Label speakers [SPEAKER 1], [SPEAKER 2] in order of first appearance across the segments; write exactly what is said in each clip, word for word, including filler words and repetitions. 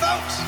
[SPEAKER 1] folks.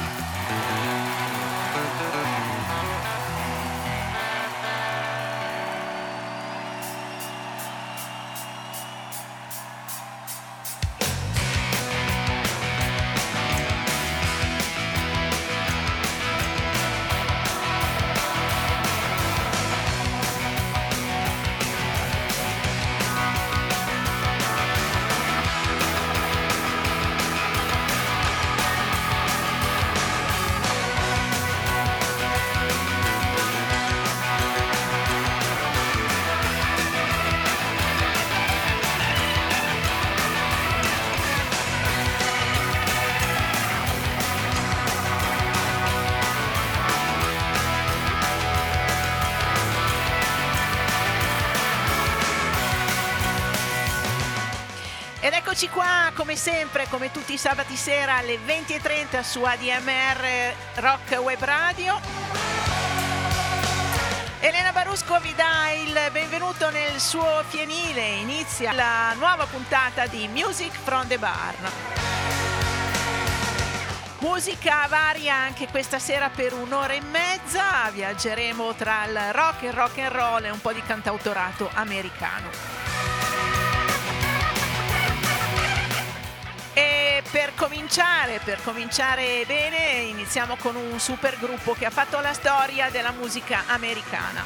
[SPEAKER 2] Eccoci qua, come sempre, come tutti i sabati sera alle venti e trenta su A D M R Rock Web Radio. Elena Barusco vi dà il benvenuto nel suo fienile. Inizia la nuova puntata di Music from the Barn. Musica varia anche questa sera per un'ora e mezza. Viaggeremo tra il rock, il rock and roll e un po' di cantautorato americano. E per cominciare, per cominciare bene, iniziamo con un super gruppo che ha fatto la storia della musica americana.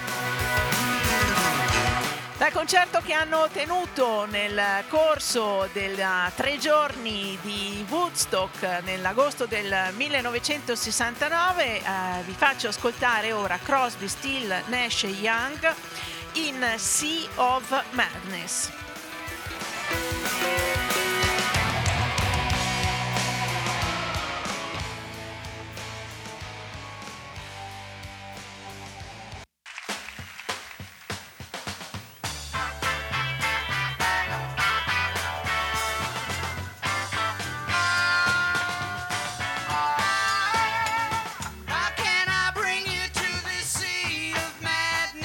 [SPEAKER 2] Dal concerto che hanno tenuto nel corso dei tre giorni di Woodstock nell'agosto del millenovecentosessantanove, eh, vi faccio ascoltare ora Crosby, Still, Nash e Young in Sea of Madness.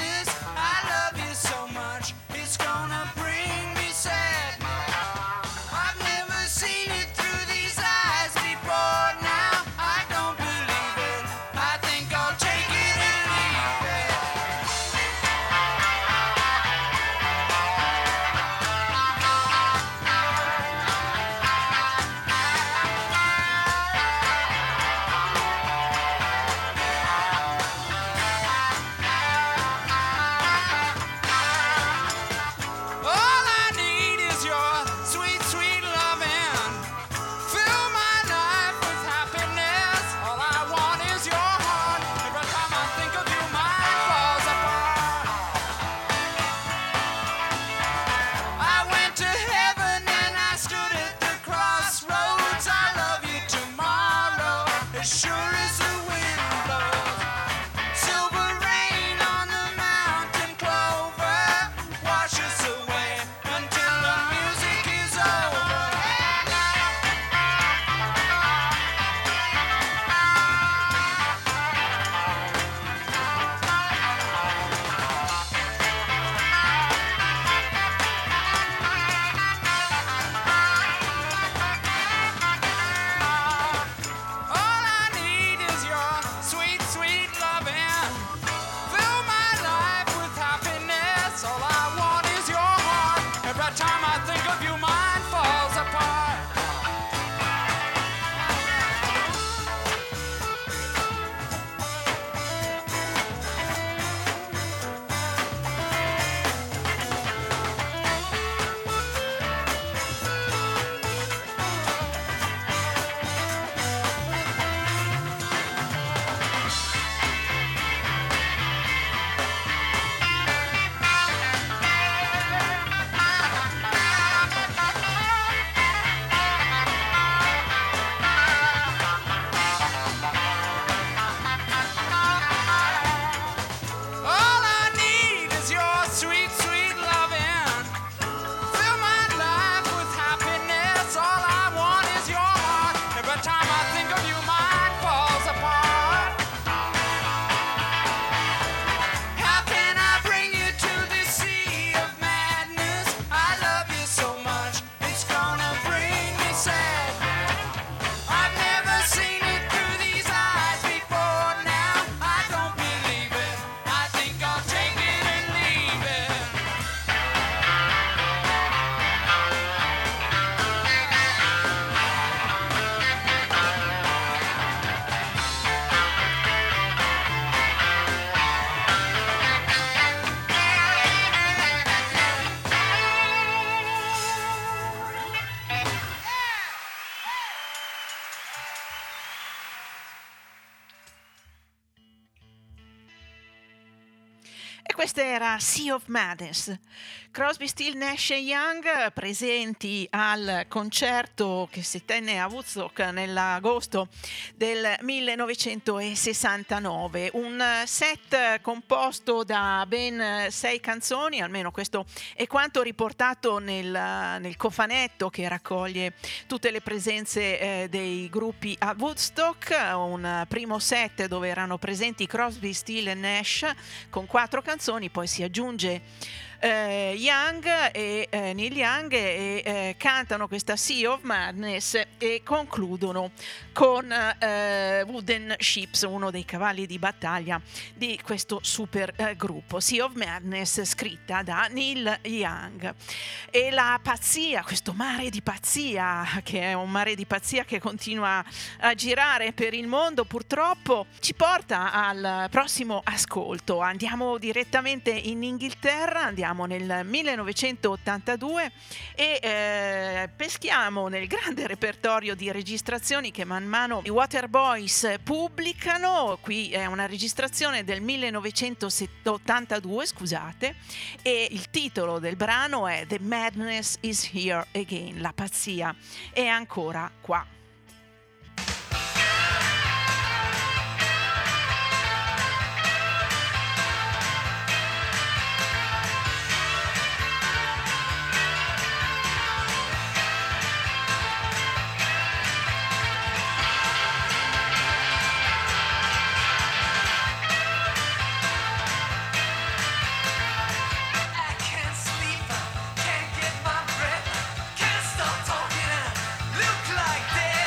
[SPEAKER 3] I love you so much, it's gonna bring me sadness.
[SPEAKER 2] E questa era Sea of Madness. Crosby, Still, Nash e Young presenti al concerto che si tenne a Woodstock nell'agosto del millenovecentosessantanove. Un set composto da ben sei canzoni, almeno questo è quanto riportato nel, nel cofanetto che raccoglie tutte le presenze eh, dei gruppi a Woodstock. Un primo set dove erano presenti Crosby, Still e Nash con quattro canzoni, poi si aggiunge eh, Young e eh, Neil Young e eh, cantano questa Sea of Madness e concludono con eh, Wooden Ships, uno dei cavalli di battaglia di questo super eh, gruppo. Sea of Madness scritta da Neil Young. E la pazzia, questo mare di pazzia, che è un mare di pazzia che continua a girare per il mondo, purtroppo ci porta al prossimo ascolto. Andiamo direttamente in Inghilterra, andiamo nel millenovecentottantadue e eh, peschiamo nel grande repertorio di registrazioni che man mano i Waterboys pubblicano. Qui è una registrazione del millenovecentottantadue, scusate, e il titolo del brano è The Madness is Here Again, la pazzia è ancora qua.
[SPEAKER 1] Like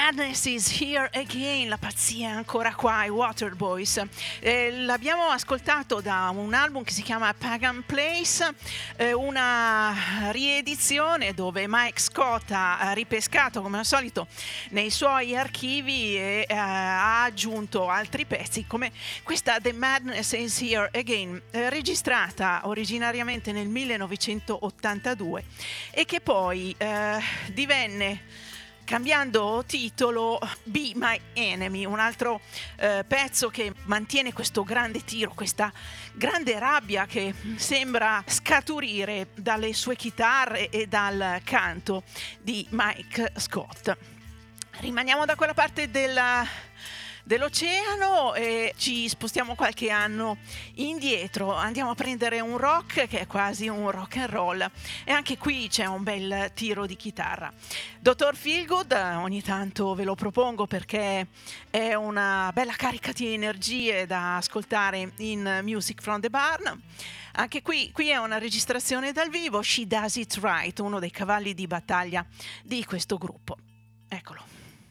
[SPEAKER 2] Madness is Here Again, la pazzia è ancora qua, i Waterboys. Eh, l'abbiamo ascoltato da un album che si chiama Pagan Place, eh, una riedizione dove Mike Scott ha ripescato come al solito nei suoi archivi e eh, ha aggiunto altri pezzi come questa The Madness is Here Again, eh, registrata originariamente nel millenovecentottantadue e che poi eh, divenne, cambiando titolo, Be My Enemy, un altro eh, pezzo che mantiene questo grande tiro, questa grande rabbia che sembra scaturire dalle sue chitarre e dal canto di Mike Scott. Rimaniamo da quella parte della dell'oceano e ci spostiamo qualche anno indietro, andiamo a prendere un rock che è quasi un rock and roll e anche qui c'è un bel tiro di chitarra. Dottor Feelgood ogni tanto ve lo propongo perché è una bella carica di energie da ascoltare in Music from the Barn. Anche qui, qui è una registrazione dal vivo, She Does It Right, uno dei cavalli di battaglia di questo gruppo. Eccolo.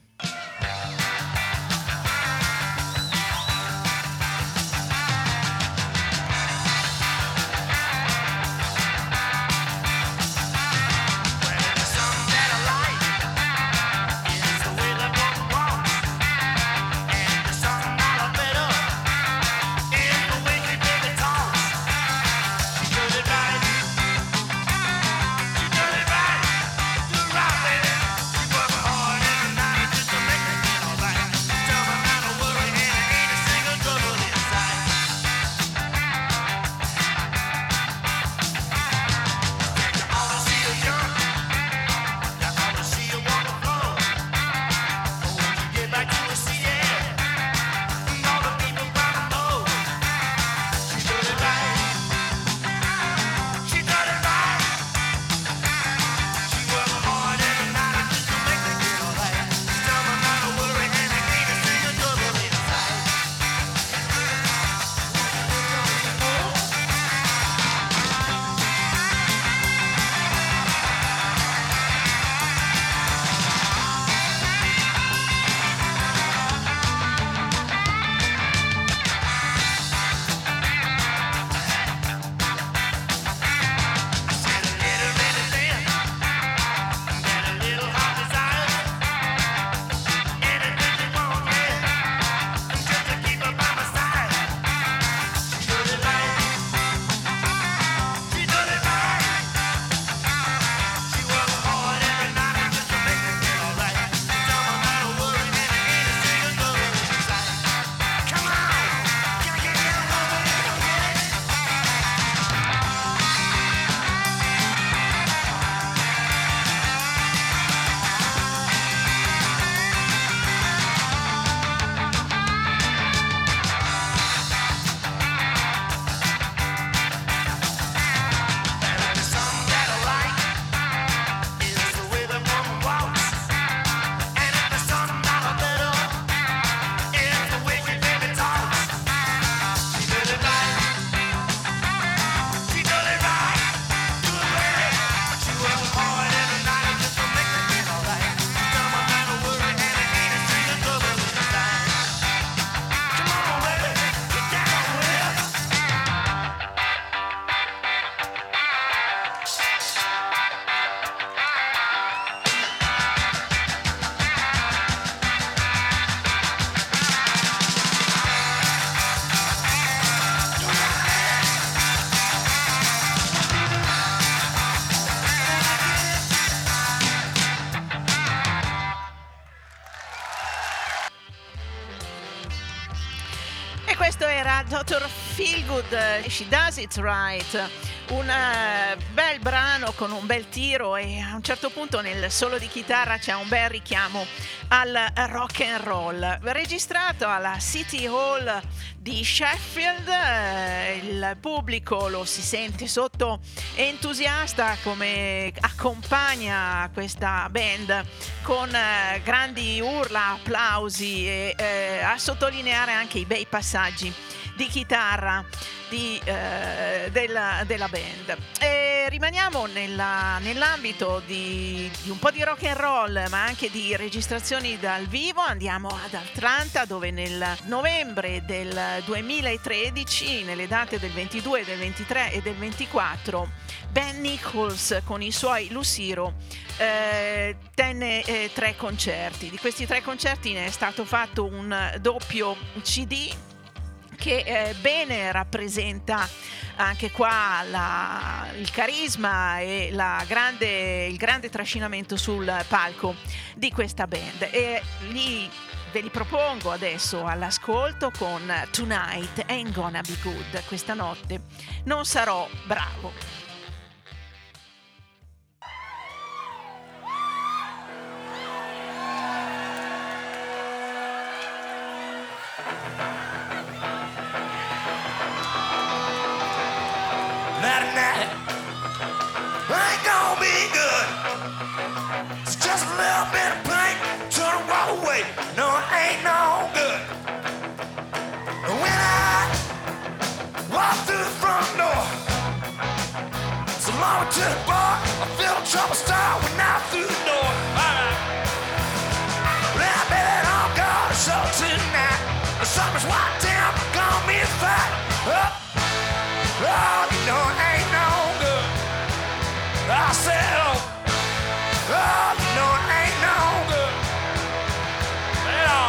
[SPEAKER 2] Doctor Feelgood, She Does It Right, un uh, bel brano con un bel tiro e a un certo punto nel solo di chitarra c'è un bel richiamo al rock and roll. Registrato alla City Hall di Sheffield, eh, il pubblico lo si sente sotto entusiasta come accompagna questa band con eh, grandi urla, applausi e eh, a sottolineare anche i bei passaggi di chitarra di, eh, della, della band. E rimaniamo nella, nell'ambito di, di un po' di rock and roll ma anche di registrazione registrazioni dal vivo andiamo ad Atlanta, dove nel novembre del duemilatredici, nelle date del ventidue, del ventitré e del ventiquattro, Ben Nichols con i suoi Lucero eh, tenne eh, tre concerti. Di questi tre concerti ne è stato fatto un doppio C D che eh, bene rappresenta anche qua la, il carisma e la grande, il grande trascinamento sul palco di questa band, e lì ve li propongo adesso all'ascolto con Tonight Ain't Gonna Be Good. Questa notte non sarò bravo.
[SPEAKER 1] That night ain't gonna be good. It's just a little bit of pain. Turn and walk away. No, it ain't no good. And when I walk through the front door, so long to the bar, I feel the trouble start when I'm through the door. Alright. Well, baby, I'm gonna show tonight. The summer's white down, gonna be a fight. Up. Oh, you know it ain't no good. I said, oh, oh, you know it ain't no good. Lay on,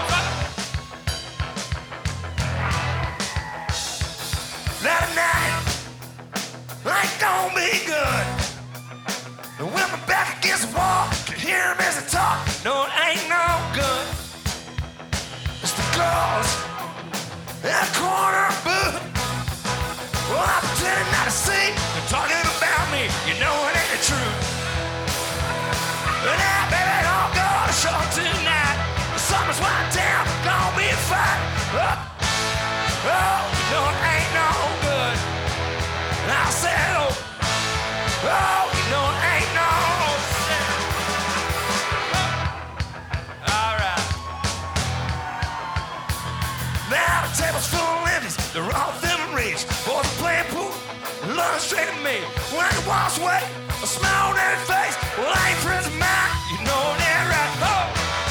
[SPEAKER 1] that night ain't gonna be good. And when my back against the wall, can hear him as they talk. No, it ain't no good. It's the girls in the corner booth. Well, I'm pretending not to see. They're talking about me. You know it ain't the truth. But now, baby, don't go to show tonight. The summer's winding down. Gonna be a fight. Oh, oh, you know it ain't no good. And I said, oh, oh, you know it ain't no good. All right. Now the table's full of empties. They're all them rich. Boys are playing pool, looking straight at me. When I can wash away a smile on every face. Well, I ain't friends of mine, you know that right. Oh!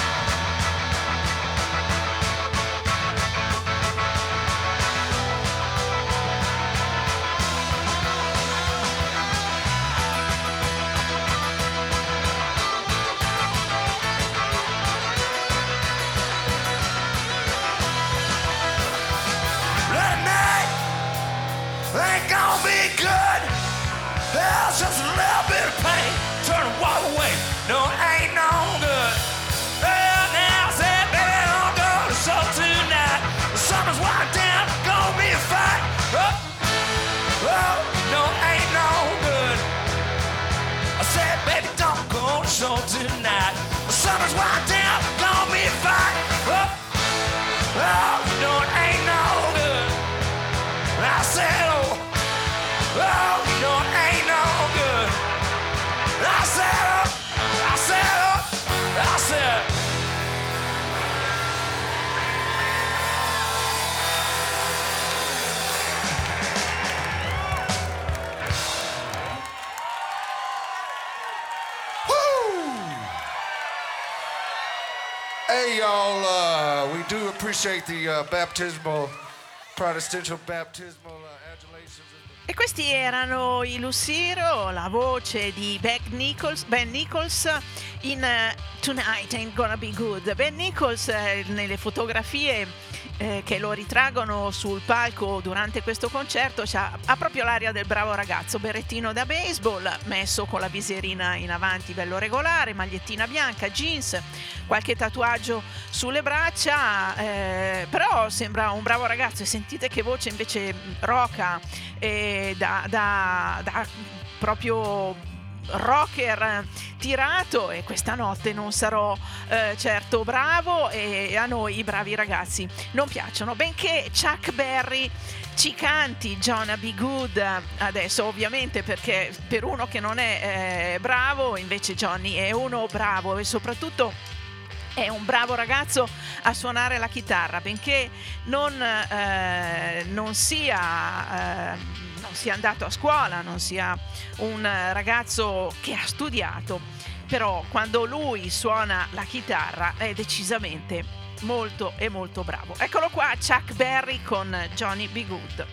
[SPEAKER 1] Ain't gonna be good. There's just a little bit of pain. Turn and walk away. No, it ain't no good. Well, now I said, baby, don't go to show tonight. The summer's winding down. Gonna be a fight. Oh, oh, no, it ain't no good. I said, baby, don't go to show tonight. The summer's winding down. Gonna be a fight. Oh, oh, no, it ain't no good. I said, oh, oh, you know it ain't no good. I said, oh, I said, oh, I said.
[SPEAKER 3] Woo! Hey, y'all, uh, we do appreciate the uh, baptismal Protestant baptismal uh, adulations.
[SPEAKER 2] E questi erano i Lucero, la voce di Ben Nichols, Ben Nichols in uh, Tonight Ain't Gonna Be Good. Ben Nichols eh, nelle fotografie eh, che lo ritraggono sul palco durante questo concerto c'ha, ha proprio l'aria del bravo ragazzo, berrettino da baseball messo con la viserina in avanti bello regolare, magliettina bianca, jeans, qualche tatuaggio sulle braccia, eh, però sembra un bravo ragazzo. E sentite che voce invece roca, eh, da, da, da proprio rocker tirato. E questa notte non sarò eh, certo bravo, e a noi i bravi ragazzi non piacciono, benché Chuck Berry ci canti Gonna Be Good adesso, ovviamente, perché per uno che non è eh, bravo, invece Johnny è uno bravo e soprattutto è un bravo ragazzo a suonare la chitarra, benché non, eh, non sia eh, non sia andato a scuola, non sia un ragazzo che ha studiato. però quando lui suona la chitarra è decisamente molto e molto bravo. Eccolo qua, Chuck Berry con Johnny B. Good.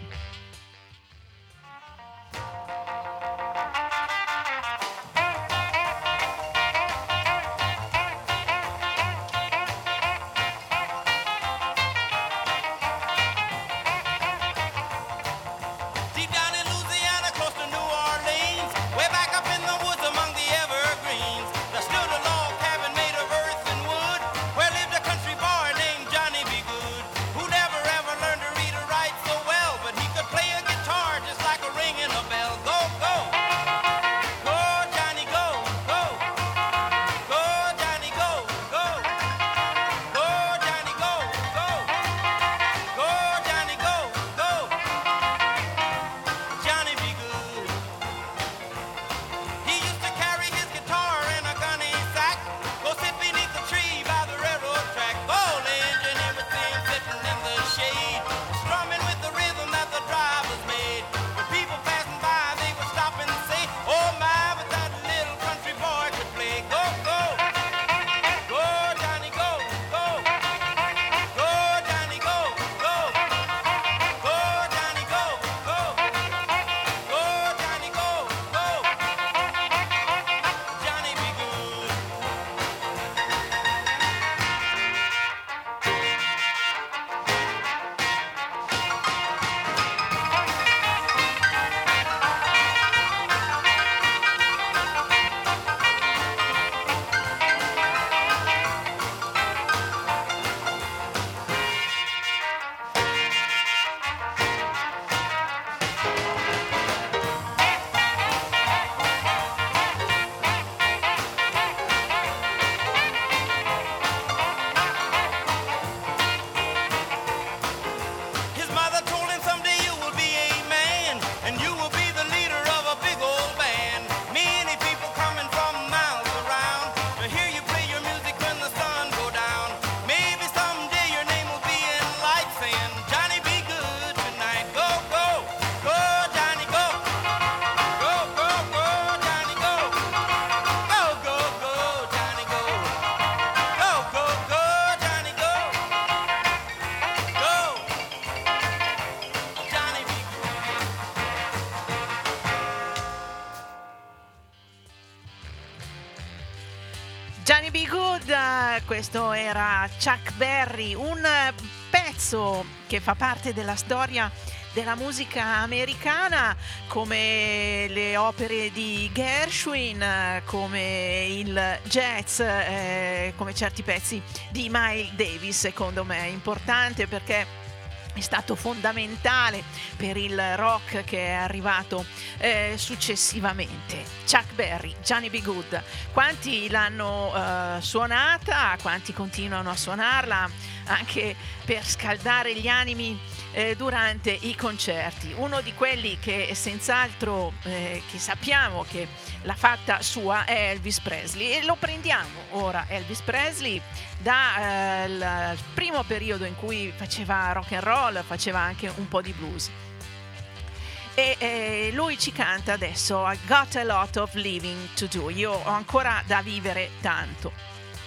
[SPEAKER 2] Johnny B. Good, questo era Chuck Berry, un pezzo che fa parte della storia della musica americana, come le opere di Gershwin, come il jazz, eh, come certi pezzi di Miles Davis. Secondo me è importante perché è stato fondamentale per il rock che è arrivato eh, successivamente. Chuck Berry, Johnny B. Good, quanti l'hanno eh, suonata, quanti continuano a suonarla anche per scaldare gli animi eh, durante i concerti. Uno di quelli che senz'altro eh, che sappiamo che l'ha fatta sua è Elvis Presley, e lo prendiamo ora Elvis Presley da eh, il primo periodo in cui faceva rock and roll, faceva anche un po' di blues, e eh, lui ci canta adesso I got a lot of living to do, io ho ancora da vivere tanto.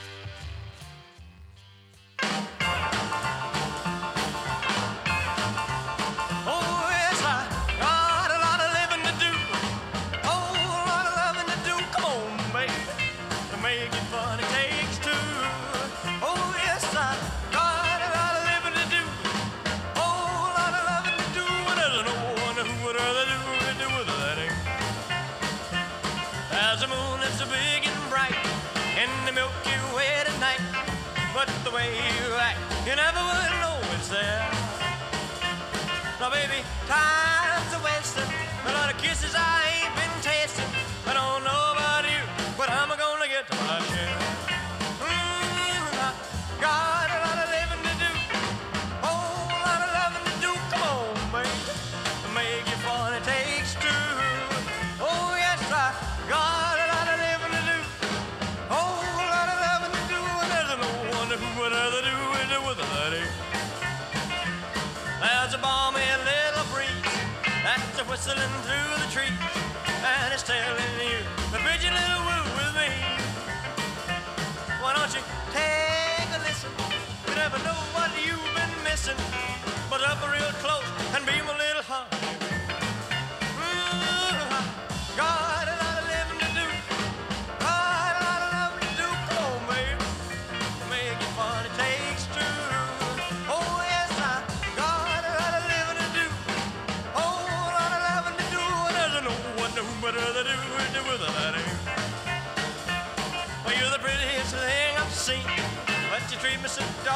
[SPEAKER 4] The way you act, you never would know it's there. Now baby, time's a wasting, a lot of kisses I ain't been tasting. I don't know about you, but I'm gonna get to my share. Mm, I got a lot of living to do, oh, a lot of loving to do. Come on, baby, to make you fun it takes two. Oh yes, I got a lot of living to do, oh, a lot of loving to do, and there's no one who would rather do it with a lady. There's a balmy little breeze that's a whistling through the trees, and it's telling you the pretty little woo with me.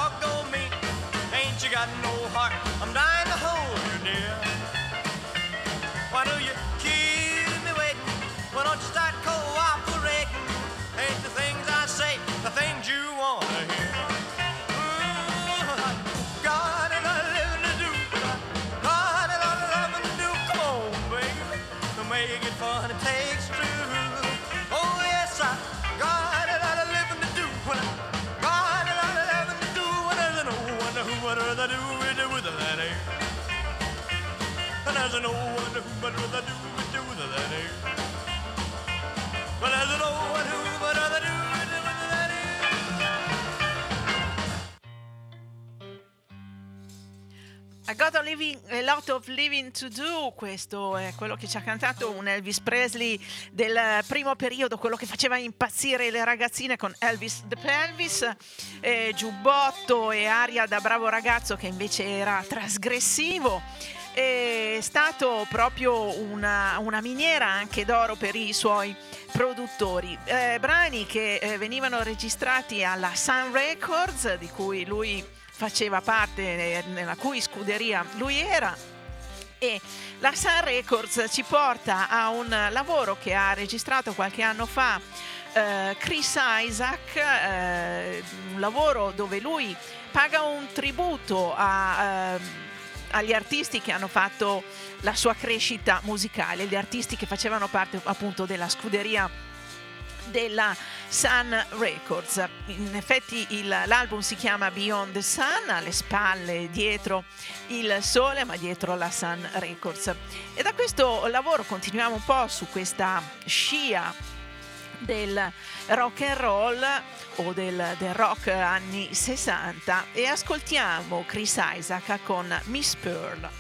[SPEAKER 4] doggone me. Ain't you got no heart? I'm dying to hold you near. Why do you keep me waiting? Why don't you start cooperating? Ain't the things I say the things you wanna hear? Mm, God, and I'm living to do. God, and I'm loving to do. Come on, baby, to make it fun it takes two. Oh yes, I God, and I'm living to do. God, and I'm living to do. And there's no one who would rather do it with that air. And there's no one who would rather do it with that air. But there's no one who would rather do it with that air.
[SPEAKER 2] I got a, living, a lot of living to do. Questo è quello che ci ha cantato un Elvis Presley del primo periodo, quello che faceva impazzire le ragazzine con Elvis the Pelvis, eh, giubbotto e aria da bravo ragazzo che invece era trasgressivo. È stato proprio una, una miniera anche d'oro per i suoi produttori. Eh, brani che eh, venivano registrati alla Sun Records, di cui lui faceva parte, nella cui scuderia lui era, e la Sun Records ci porta a un lavoro che ha registrato qualche anno fa eh, Chris Isaak, eh, un lavoro dove lui paga un tributo a... Eh, agli artisti che hanno fatto la sua crescita musicale, gli artisti che facevano parte appunto della scuderia della Sun Records. In effetti il, l'album si chiama Beyond the Sun, alle spalle, dietro il sole, ma dietro la Sun Records. E da questo lavoro continuiamo un po' su questa scia del rock and roll o del, del rock anni sessanta e ascoltiamo Chris Isaak con Miss Pearl.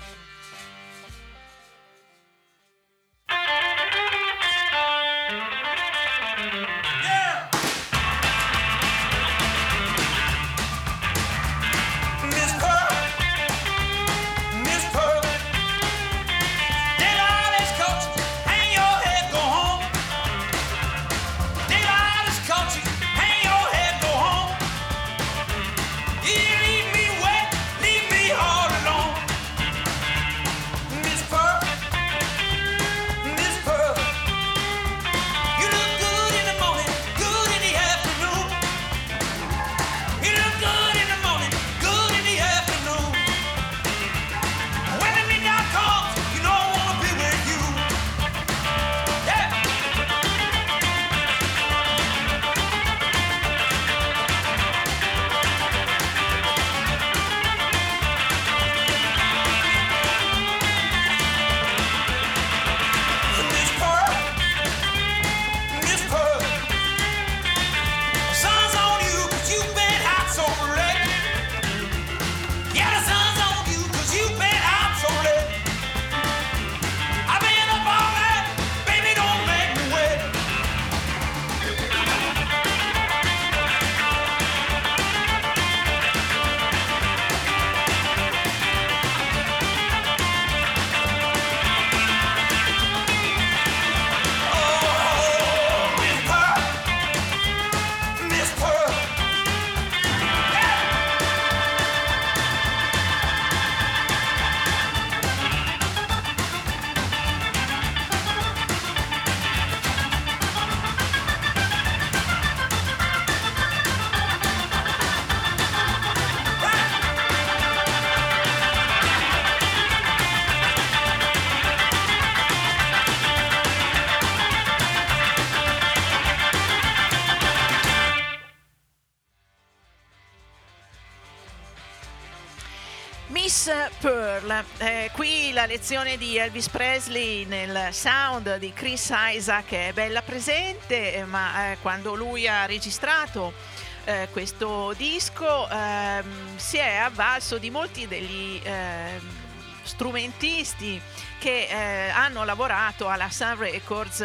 [SPEAKER 2] Pearl. Eh, qui la lezione di Elvis Presley nel sound di Chris Isaak è bella presente, ma eh, quando lui ha registrato eh, questo disco ehm, si è avvalso di molti degli ehm, strumentisti che eh, hanno lavorato alla Sun Records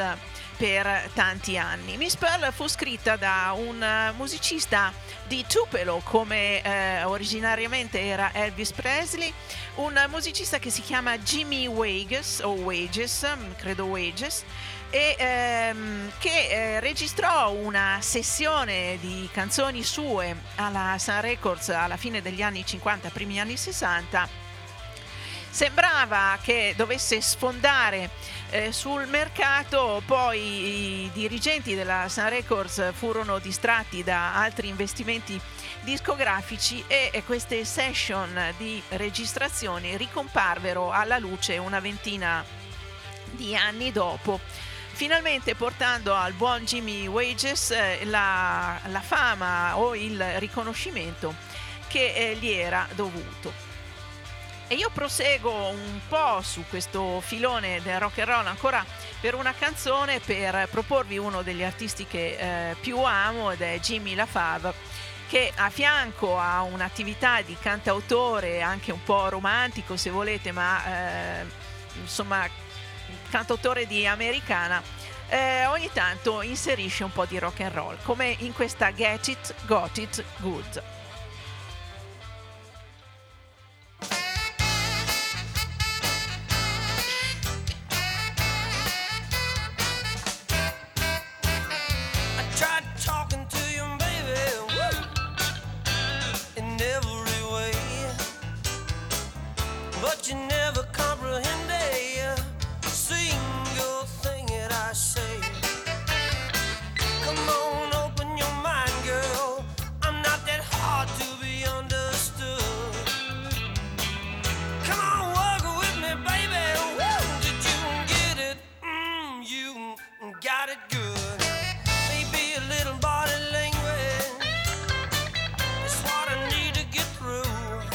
[SPEAKER 2] per tanti anni. Miss Pearl fu scritta da un musicista di Tupelo, come eh, originariamente era Elvis Presley, un musicista che si chiama Jimmy Wages o Wages, credo Wages, e ehm, che eh, registrò una sessione di canzoni sue alla Sun Records alla fine degli anni cinquanta, primi anni sessanta. Sembrava che dovesse sfondare eh, sul mercato, poi i dirigenti della Sun Records furono distratti da altri investimenti discografici e, e queste session di registrazioni ricomparvero alla luce una ventina di anni dopo, finalmente portando al buon Jimmy Wages eh, la, la fama o il riconoscimento che eh, gli era dovuto. E io proseguo un po' su questo filone del rock and roll ancora per una canzone, per proporvi uno degli artisti che eh, più amo, ed è Jimmy LaFave, che a fianco a un'attività di cantautore anche un po' romantico se volete, ma eh, insomma cantautore di americana, eh, ogni tanto inserisce un po' di rock and roll, come in questa Get It, Got It Good.
[SPEAKER 5] But you never comprehend a single thing that I say. Come on, open your mind, girl. I'm not that hard to be understood. Come on, walk with me, baby. Woo! Did you get it? Mm, you got it good. Maybe a little body language. That's what I need to get through.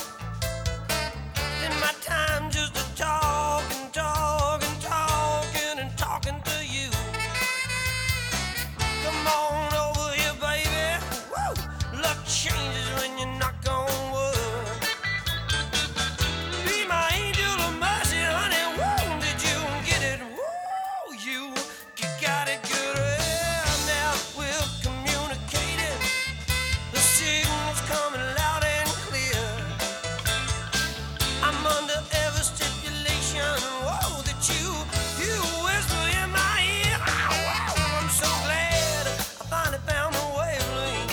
[SPEAKER 5] My time just to talk and talk and talking and talking to you. Come on over here, baby. Woo! Luck changes when you knock on wood. Be my angel of mercy, honey. Woo! Did you get it? Woo! You, you got it good. Well, now we're communicating. The signal's coming loud and clear. I'm under every stipulation, whoa, that you, you whisper in my ear. Oh, wow, I'm so glad I finally found a wavelength.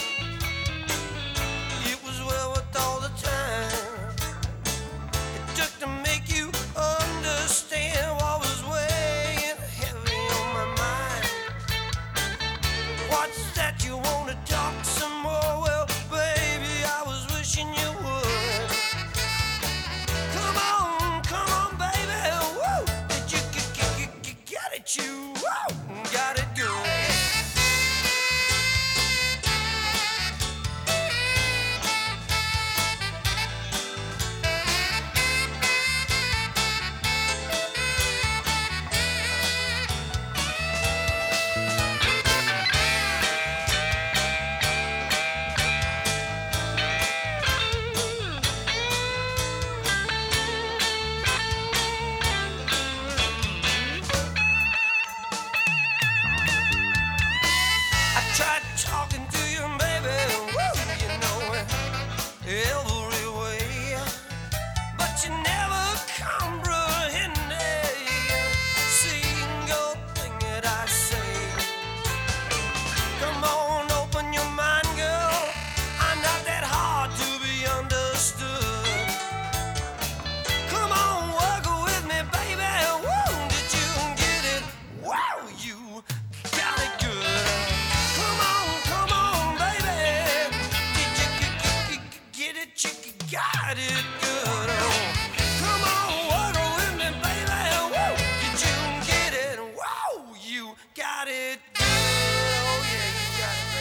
[SPEAKER 5] It was well worth all the time it took to make you understand what was weighing heavy on my mind. What's that, you wanna talk some more? Well, baby, I was wishing you would. Come on, come on, baby. Woo! Did you get, get, get, get, get it? You woo! Got it good. I tried talking to you, baby, woo, you know it, every way, but you never comprehend a single thing that I say. Come on, open your mind, girl, I'm not that hard to be understood. Come on, walk with me, baby, woo, did you get it? Wow, you got it good. Come on, come on, baby. Did you get, get, get it? You got it good. Oh, come on, walk with me, baby. Woo. Did you get it? Wow, you got it good. Oh, yeah, you got it,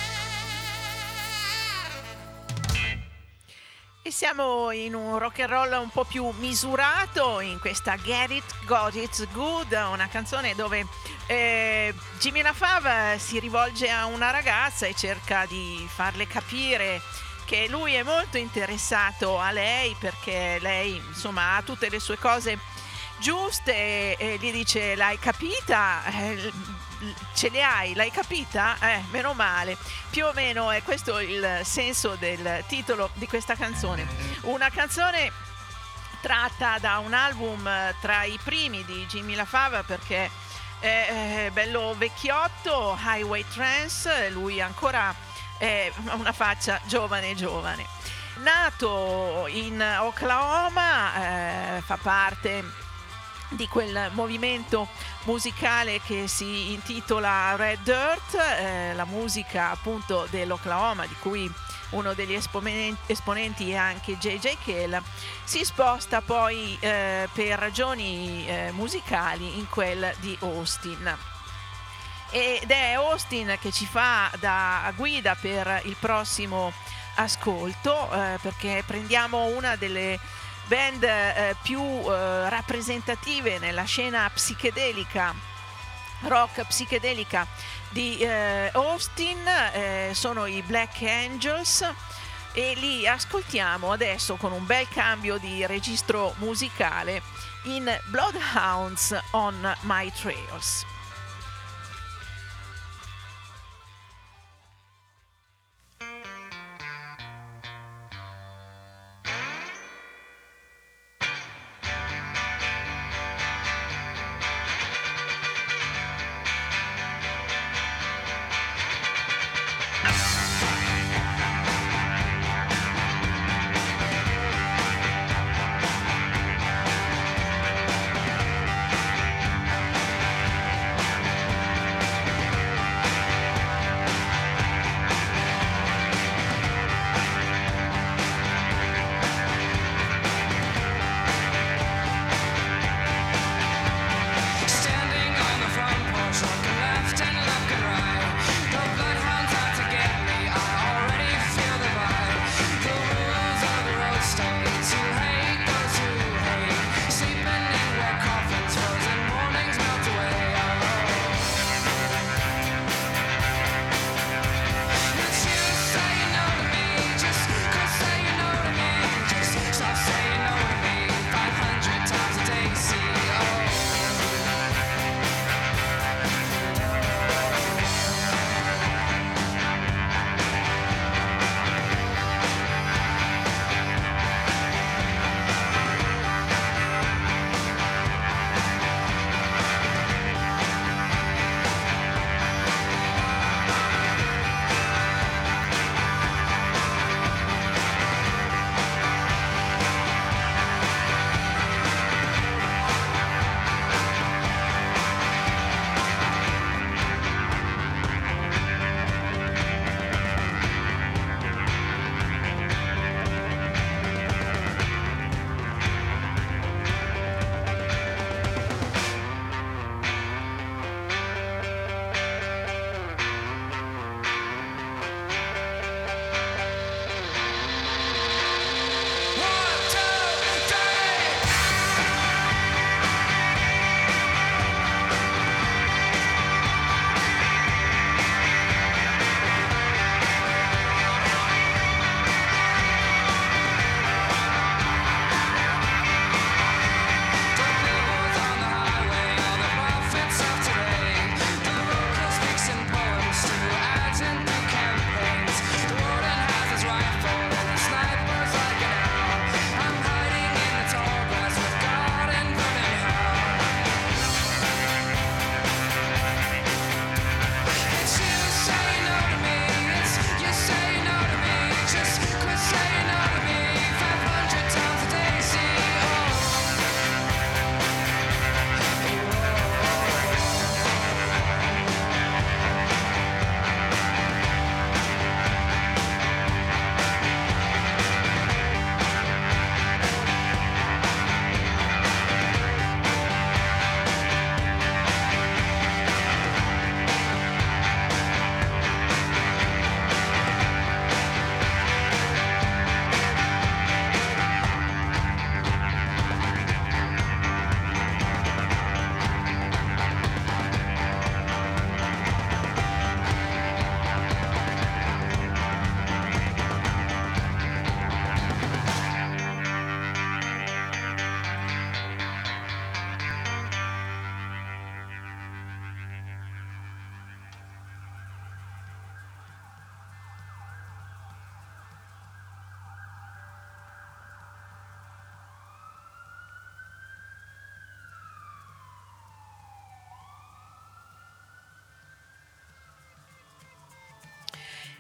[SPEAKER 5] baby.
[SPEAKER 2] E siamo in un rock and roll un po' più misurato in questa Get It, Got It Good, una canzone dove eh, Jimmy LaFave si rivolge a una ragazza e cerca di farle capire che lui è molto interessato a lei, perché lei insomma ha tutte le sue cose giuste e, e gli dice: l'hai capita? Eh, ce le hai, l'hai capita? Eh, meno male. Più o meno è questo il senso del titolo di questa canzone. Una canzone tratta da un album tra i primi di Jimmy LaFave, perché è eh, bello vecchiotto, Highway Trance, lui ancora è una faccia giovane giovane. Nato in Oklahoma, eh, fa parte di quel movimento musicale che si intitola Red Dirt, eh, la musica appunto dell'Oklahoma, di cui uno degli esponenti, esponenti è anche J J Cale. Si sposta poi eh, per ragioni eh, musicali in quel di Austin. Ed è Austin che ci fa da guida per il prossimo ascolto, eh, perché prendiamo una delle band eh, più eh, rappresentative nella scena psichedelica, rock psichedelica di eh, Austin, eh, sono i Black Angels, e li ascoltiamo adesso con un bel cambio di registro musicale in Bloodhounds on My Trails.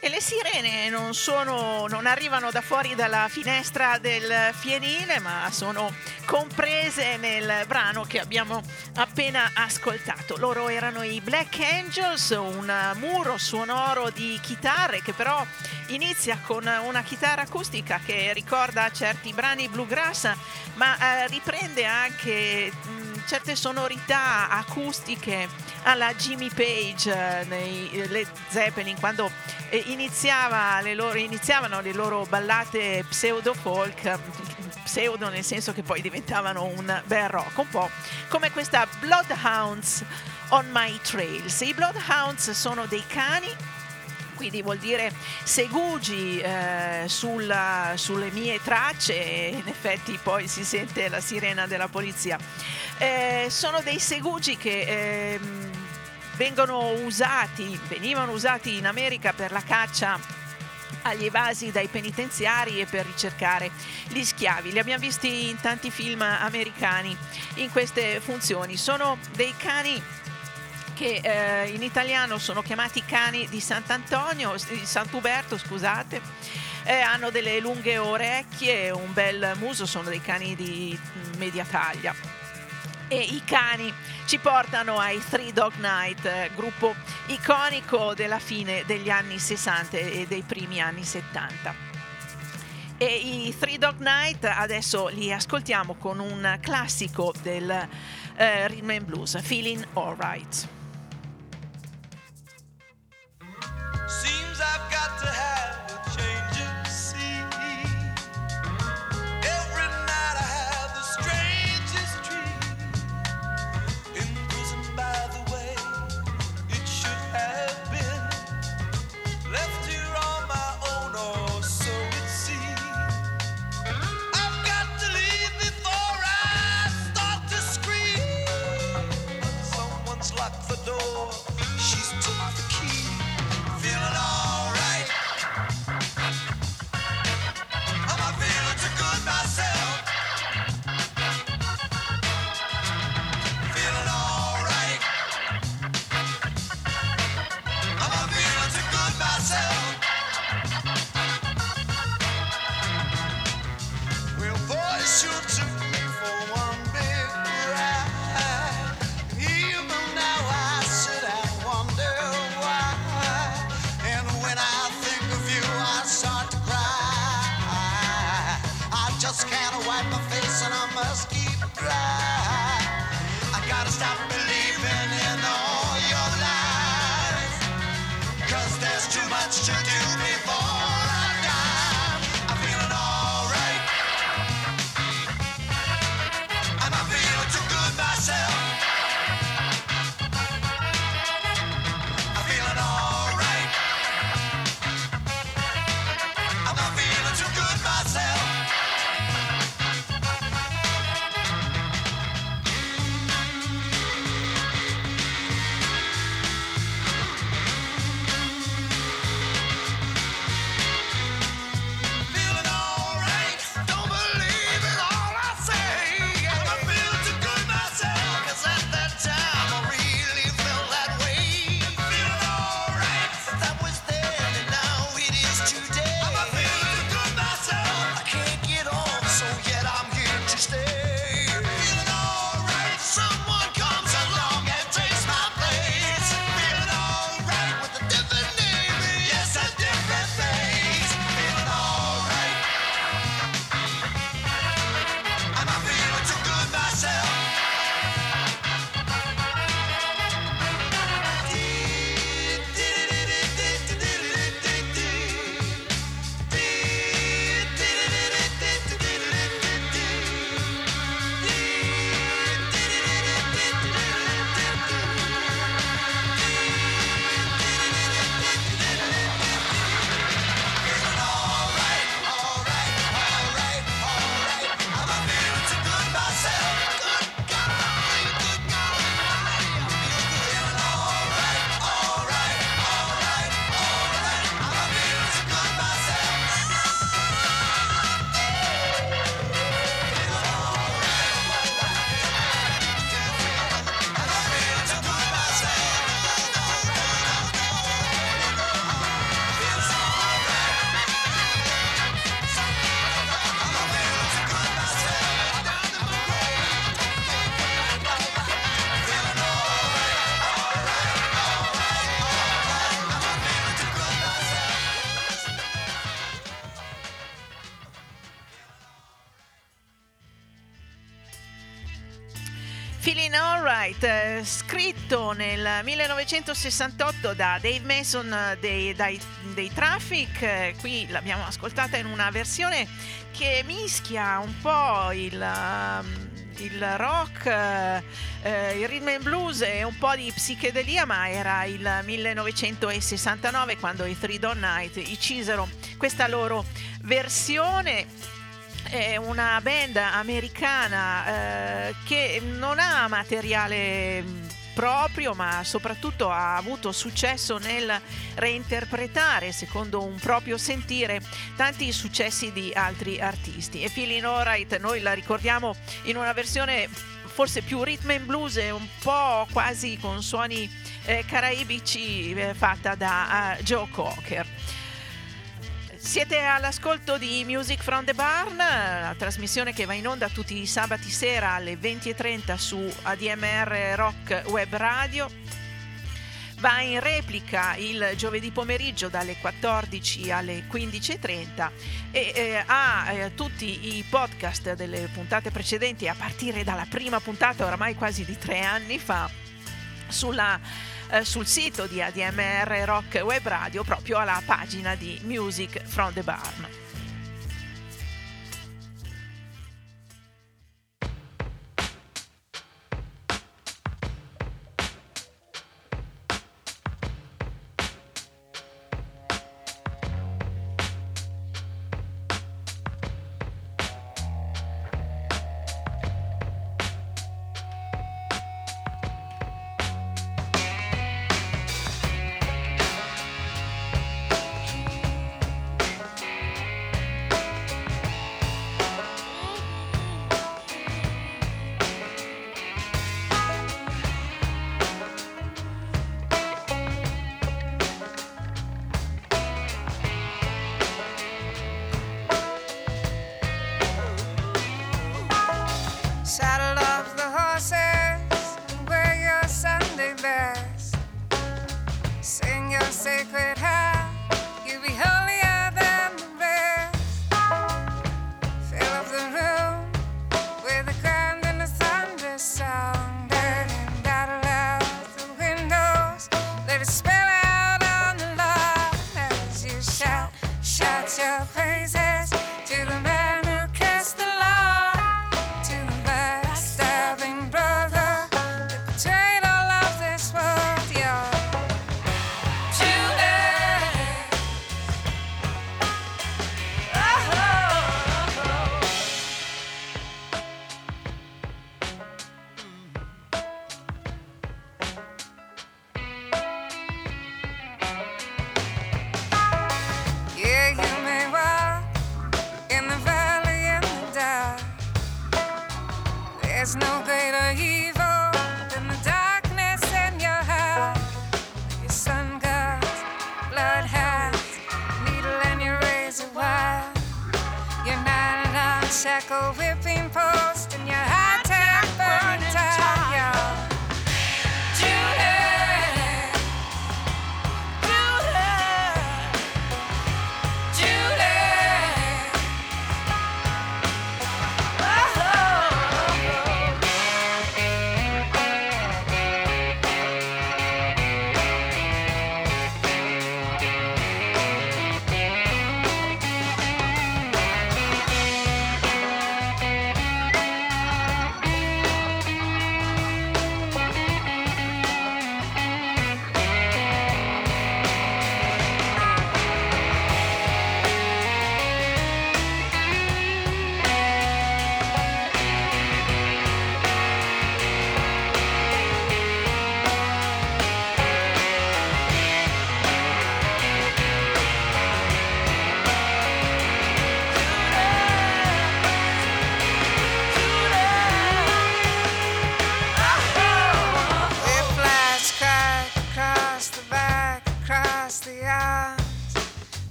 [SPEAKER 2] E le sirene non sono, non arrivano da fuori dalla finestra del fienile, ma sono comprese nel brano che abbiamo appena ascoltato. Loro erano i Black Angels, un muro sonoro di chitarre che però inizia con una chitarra acustica che ricorda certi brani bluegrass, ma eh, riprende anche mh, certe sonorità acustiche alla Jimmy Page eh, nei Led Zeppelin, quando eh, iniziava le loro, iniziavano le loro ballate pseudo folk, pseudo nel senso che poi diventavano un bel rock, un po' come questa Bloodhounds on My Trails. I Bloodhounds sono dei cani, quindi vuol dire segugi eh, sulla, sulle mie tracce, e in effetti poi si sente la sirena della polizia. Eh, sono dei segugi che eh, vengono usati, venivano usati in America per la caccia agli evasi dai penitenziari e per ricercare gli schiavi. Li abbiamo visti in tanti film americani in queste funzioni. Sono dei cani che eh, in italiano sono chiamati cani di Sant'Antonio, di Sant'Uberto, scusate. Eh, hanno delle lunghe orecchie e un bel muso, sono dei cani di media taglia. E i cani ci portano ai Three Dog Night, eh, gruppo iconico della fine degli anni sessanta e dei primi anni settanta. E i Three Dog Night adesso li ascoltiamo con un classico del eh, rhythm and blues, Feeling Alright.
[SPEAKER 5] Seems I've got to have a change of scene. Every night I have the strangest dream. Imprisoned by the way it should have been. Left here on my own, or so it seems. I've got to leave before I start to scream. But someone's locked the door, she's took the key. Feeling alright. Am I feeling too good myself? Feeling alright. Am I feeling too good myself? Well, boys, you took me for one big ride. Even now I sit and wonder why. And when I think of you, I start to cry. I just can't wipe my face and I must keep dry. I gotta stop believing in all your lies. Cause there's too much to do before I die. I'm feeling alright. I'm not feeling too good myself. I'm feeling alright. I'm not feeling too good myself.
[SPEAKER 2] Feeling Alright, eh, scritto nel millenovecentosessantotto da Dave Mason eh, dei, dai, dei Traffic. Eh, qui l'abbiamo ascoltata in una versione che mischia un po' il, uh, il rock, eh, il rhythm and blues e un po' di psichedelia, ma era il millenovecentosessantanove quando i Three Dog Night incisero questa loro versione. È una band americana eh, che non ha materiale proprio, ma soprattutto ha avuto successo nel reinterpretare, secondo un proprio sentire, tanti successi di altri artisti. E Feeling Alright noi la ricordiamo in una versione forse più rhythm and blues e un po' quasi con suoni eh, caraibici, eh, fatta da uh, Joe Cocker. Siete all'ascolto di Music from the Barn, la trasmissione che va in onda tutti i sabati sera alle venti e trenta su A D M R Rock Web Radio. Va in replica il giovedì pomeriggio dalle quattordici alle quindici e trenta e eh, ha eh, tutti i podcast delle puntate precedenti a partire dalla prima puntata, oramai quasi di tre anni fa, sulla sul sito di A D M R Rock Web Radio, proprio alla pagina di Music from the Barn.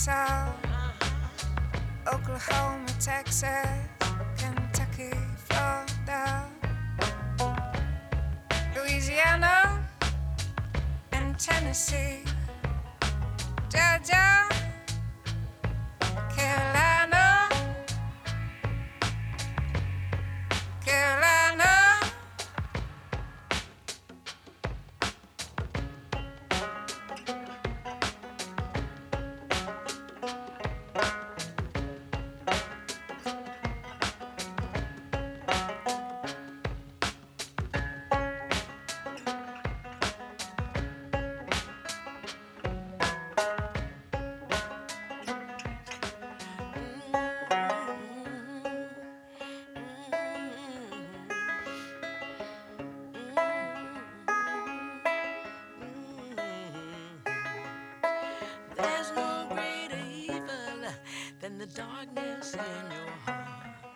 [SPEAKER 6] Arkansas, Oklahoma, Texas, Kentucky, Florida, Louisiana, and Tennessee, Georgia, Carolina, Carolina.
[SPEAKER 7] There's no greater evil than the darkness in your heart.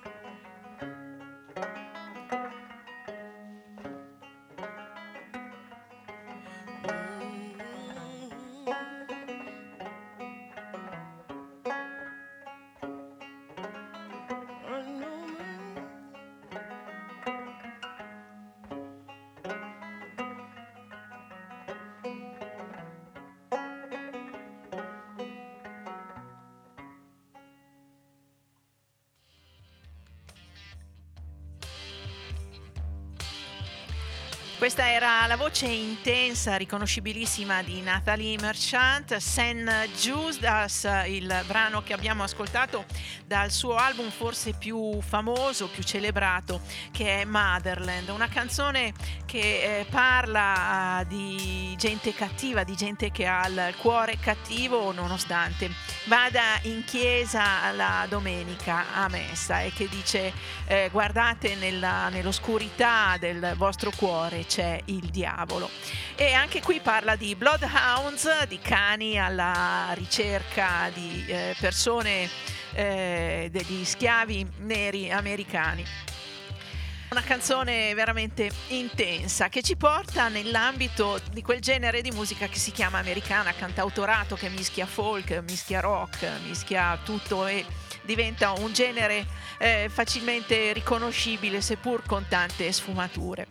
[SPEAKER 2] Questa era la voce intensa, riconoscibilissima di Nathalie Merchant, Saint Judas, il brano che abbiamo ascoltato dal suo album forse più famoso, più celebrato, che è Motherland, una canzone che eh, parla uh, di gente cattiva, di gente che ha il cuore cattivo nonostante vada in chiesa la domenica a messa e che dice eh, guardate nella, nell'oscurità del vostro cuore c'è il diavolo. E anche qui parla di bloodhounds, di cani alla ricerca di eh, persone, eh, degli schiavi neri americani. Una canzone veramente intensa che ci porta nell'ambito di quel genere di musica che si chiama americana, cantautorato, che mischia folk, mischia rock, mischia tutto e diventa un genere eh, facilmente riconoscibile seppur con tante sfumature.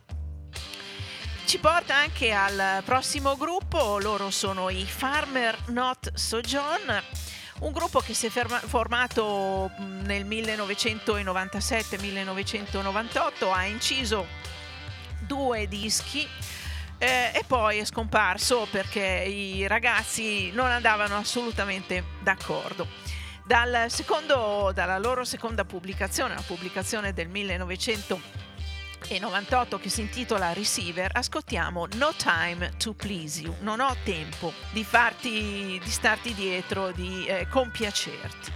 [SPEAKER 2] Ci porta anche al prossimo gruppo, loro sono i Farmer Not Sojourn, un gruppo che si è ferma- formato nel millenovecentonovantasette millenovecentonovantotto, ha inciso due dischi eh, e poi è scomparso perché i ragazzi non andavano assolutamente d'accordo. Dal secondo, dalla loro seconda pubblicazione, la pubblicazione del millenovecentonovantotto che si intitola Receiver, ascoltiamo No Time to Please You, non ho tempo di farti, di starti dietro, di eh, compiacerti.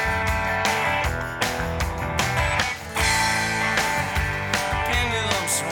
[SPEAKER 5] Candy lumps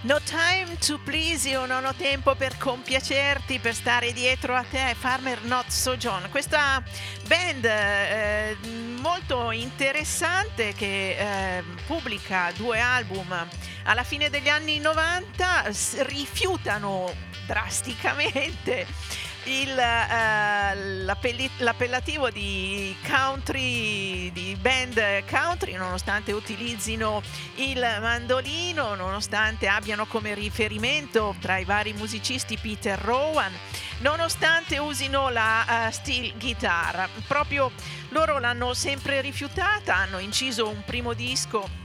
[SPEAKER 2] No time to please you, non ho tempo per compiacerti, per stare dietro a te, Farmer Not So John. Questa band eh, molto interessante che eh, pubblica due album alla fine degli anni novanta, rifiutano drasticamente il, eh, l'appelli- l'appellativo di country, di band country, nonostante utilizzino il mandolino, nonostante abbiano come riferimento tra i vari musicisti Peter Rowan, nonostante usino la uh, steel guitar. Proprio loro l'hanno sempre rifiutata, hanno inciso un primo disco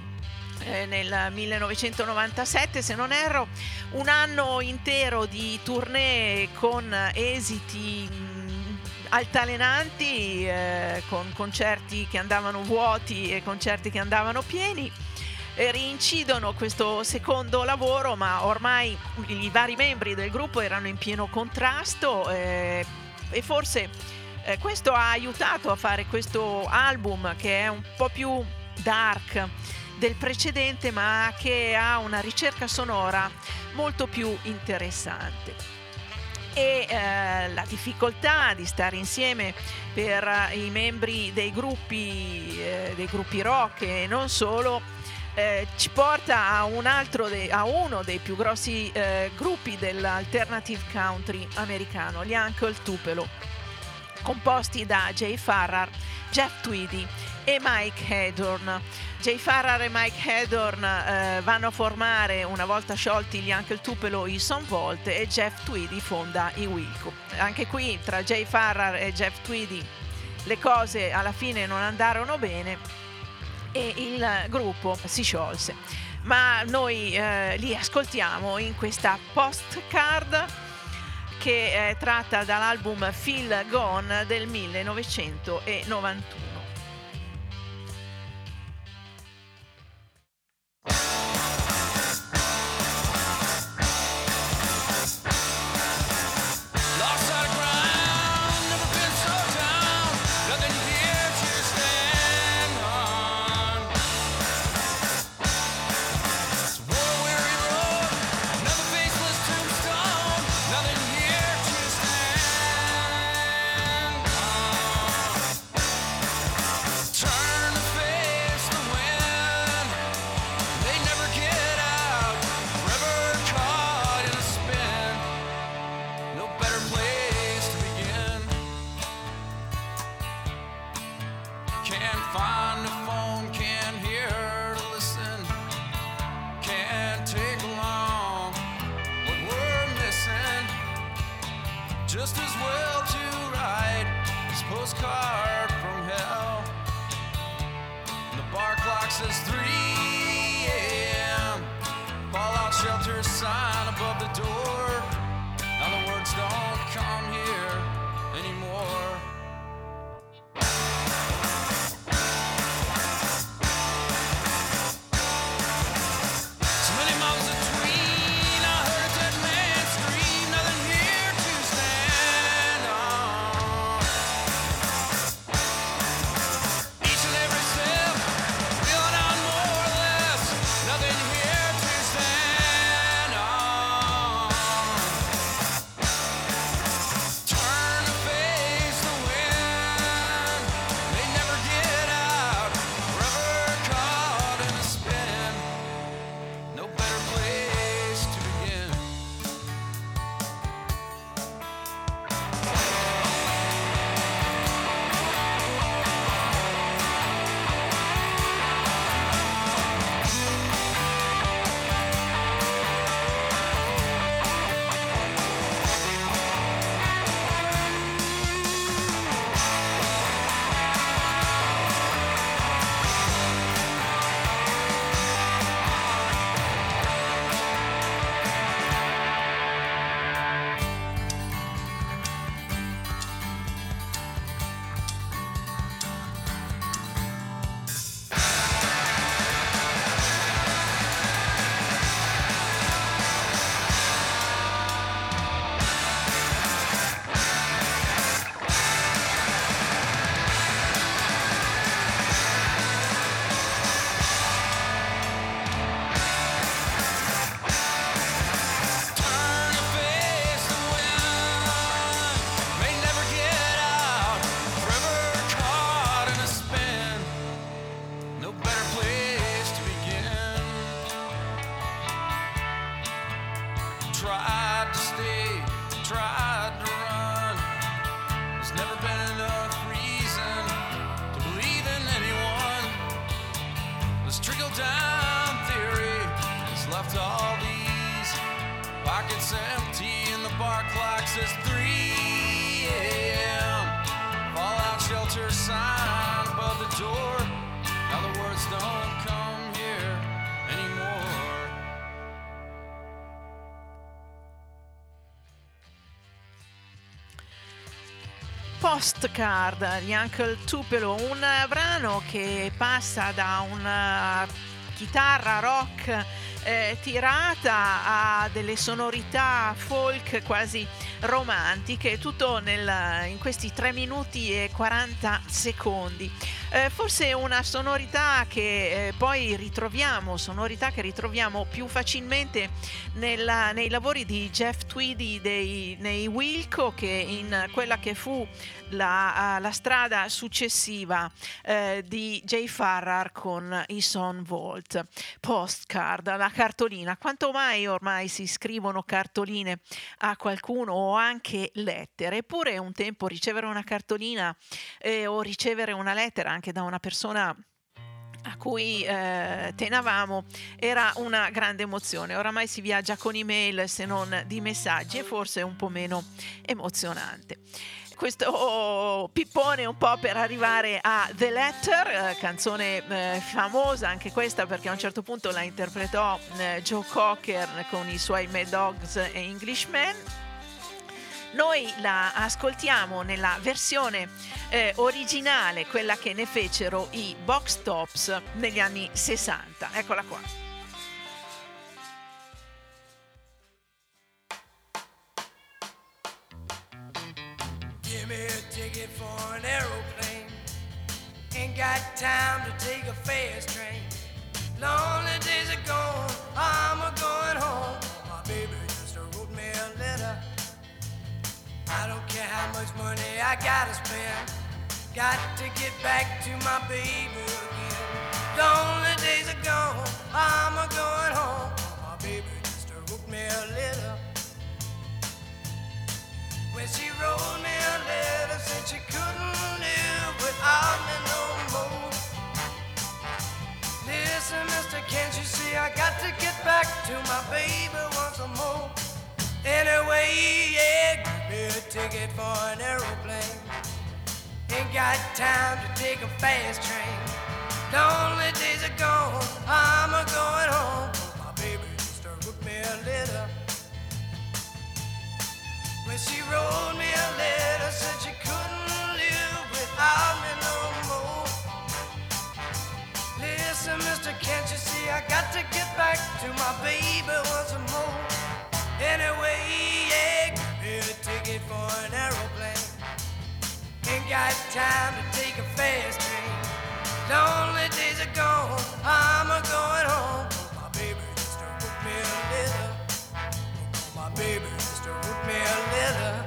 [SPEAKER 2] nel millenovecentonovantasette, se non erro, un anno intero di tournée con esiti mh, altalenanti, eh, con concerti che andavano vuoti e concerti che andavano pieni. E rincidono questo secondo lavoro, ma ormai i vari membri del gruppo erano in pieno contrasto, eh, e forse eh, questo ha aiutato a fare questo album che è un po' più dark del precedente, ma che ha una ricerca sonora molto più interessante. E eh, la difficoltà di stare insieme per eh, i membri dei gruppi eh, dei gruppi rock e non solo eh, ci porta a un altro de- a uno dei più grossi eh, gruppi dell'alternative country americano, gli Uncle Tupelo, composti da Jay Farrar, Jeff Tweedy e Mike Hedorn. Jay Farrar e Mike Hedorn eh, vanno a formare, una volta sciolti gli Uncle Tupelo, i Son Volt, e Jeff Tweedy fonda i Wilco. Anche qui tra Jay Farrar e Jeff Tweedy le cose alla fine non andarono bene e il gruppo si sciolse. Ma noi eh, li ascoltiamo in questa postcard che è tratta dall'album Feel Gone del millenovecentonovantuno.
[SPEAKER 5] Just as well to write this postcard from hell. And the bar clock says three a.m. Fallout shelter sign above the door. Now the words don't come here anymore. So many miles between, I heard a dead man scream. Nothing here to stand on. Each and every step, feeling out more.
[SPEAKER 8] danger sign above the door. Now the words don't come here anymore.
[SPEAKER 2] Postcard di Uncle Tupelo, un brano che passa da una chitarra rock eh, tirata a delle sonorità folk quasi romantiche, tutto nel, in questi tre minuti e quaranta secondi. Eh, forse una sonorità che eh, poi ritroviamo, sonorità che ritroviamo più facilmente nella, nei lavori di Jeff Tweedy dei, nei Wilco, che in quella che fu la, la strada successiva eh, di Jay Farrar con i Son Volt. Postcard, la cartolina. Quanto mai ormai si scrivono cartoline a qualcuno o anche lettere? Eppure un tempo ricevere una cartolina eh, o ricevere una lettera anche da una persona a cui eh, tenevamo era una grande emozione. Oramai si viaggia con email se non di messaggi, e forse è un po' meno emozionante. Questo pippone un po' per arrivare a The Letter, eh, canzone eh, famosa anche questa perché a un certo punto la interpretò eh, Joe Cocker con i suoi Mad Dogs e Englishmen. Noi la ascoltiamo nella versione eh, originale, quella che ne fecero i Box Tops negli anni sessanta. Eccola qua.
[SPEAKER 5] Give me a ticket for an aeroplane. Ain't got time to take a fast train. Lonely days are gone, I'm a going home. My baby just wrote me a letter. I don't care how much money I gotta spend. Got to get back to my baby again. Lonely days are gone, I'm a going home. My baby just wrote me a letter. When she wrote me a letter, said she couldn't live without me no more. Listen, mister, can't you see I got to get back to my baby once more? Anyway, yeah, give me a ticket for an aeroplane. Ain't got time to take a fast train. Lonely days are gone, I'm a going home. My baby just wrote me a letter. When she wrote me a letter, said she couldn't live without me no more. Listen, mister, can't you see I got to get back to my baby once more? Anyway, yeah, give me a ticket for an aeroplane. Ain't got time to take a fast train. Lonely days are gone, I'm a going home. My baby just wrote me a letter. My baby just wrote me a letter.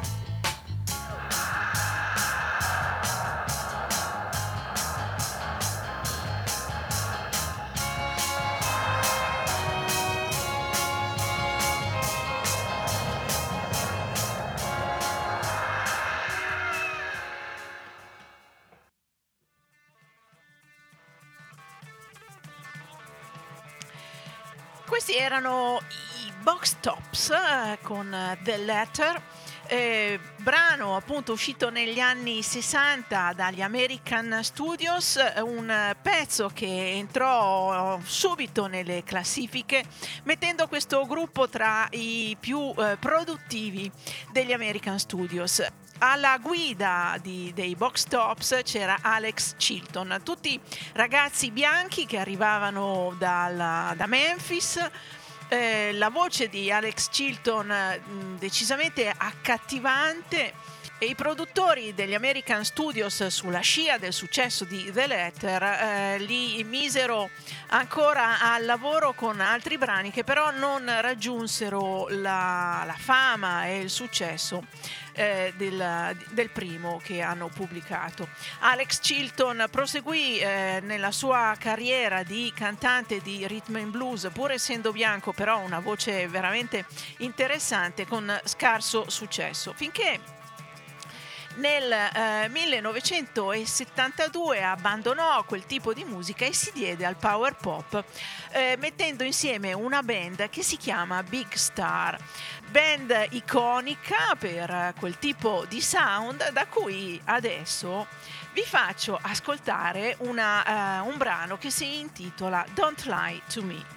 [SPEAKER 2] Questi erano i Box Tops eh, con eh, The Letter, eh, brano appunto uscito negli anni sessanta dagli American Studios, eh, un pezzo che entrò subito nelle classifiche, mettendo questo gruppo tra i più eh, produttivi degli American Studios. Alla guida di, dei Box Tops c'era Alex Chilton, tutti ragazzi bianchi che arrivavano dalla, da Memphis. Eh, la voce di Alex Chilton mh, decisamente accattivante, e i produttori degli American Studios, sulla scia del successo di The Letter, eh, li misero ancora al lavoro con altri brani che però non raggiunsero la, la fama e il successo eh, del, del primo che hanno pubblicato. Alex Chilton proseguì eh, nella sua carriera di cantante di rhythm and blues, pur essendo bianco, però una voce veramente interessante, con scarso successo, finché Nel eh, millenovecentosettantadue abbandonò quel tipo di musica e si diede al power pop, eh, mettendo insieme una band che si chiama Big Star, band iconica per quel tipo di sound, da cui adesso vi faccio ascoltare una, uh, un brano che si intitola Don't Lie to Me.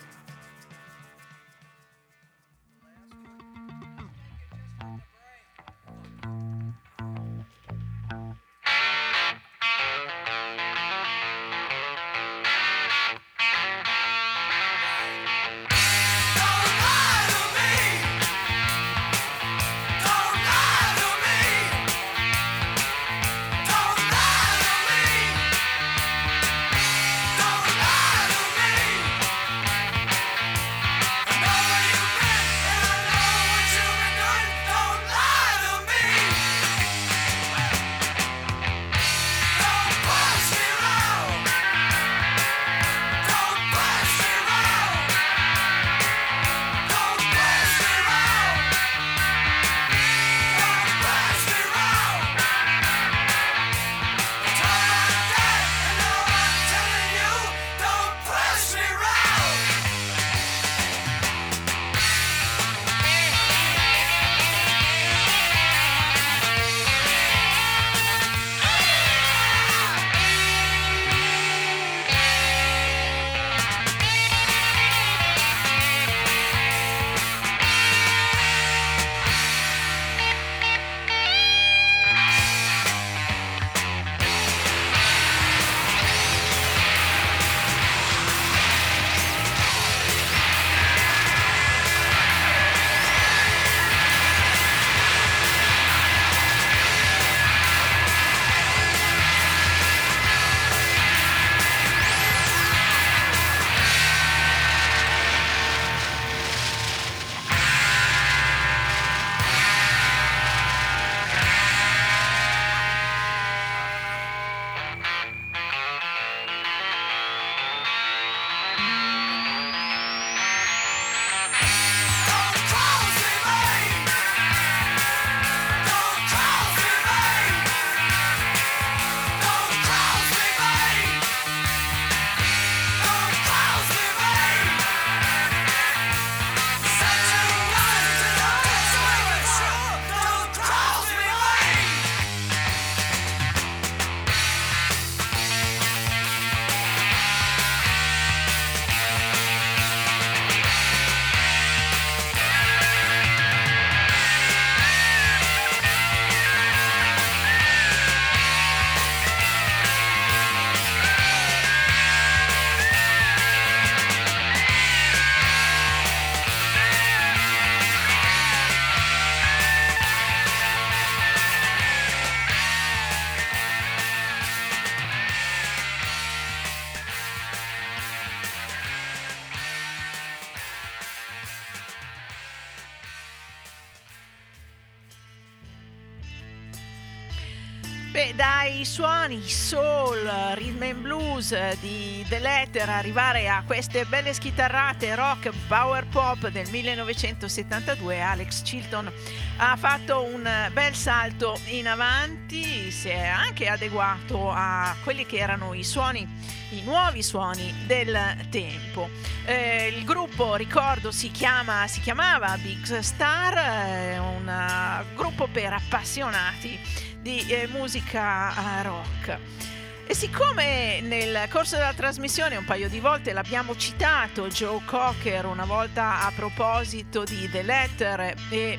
[SPEAKER 2] Beh, dai suoni soul, rhythm and blues di The Letter arrivare a queste belle schitarrate rock power pop del millenovecentosettantadue, Alex Chilton ha fatto un bel salto in avanti, si è anche adeguato a quelli che erano i suoni, i nuovi suoni del tempo. Eh, il gruppo, ricordo, si chiama si chiamava Big Star, eh, un uh, gruppo per appassionati di eh, musica uh, rock. E siccome nel corso della trasmissione un paio di volte l'abbiamo citato Joe Cocker, una volta a proposito di The Letter e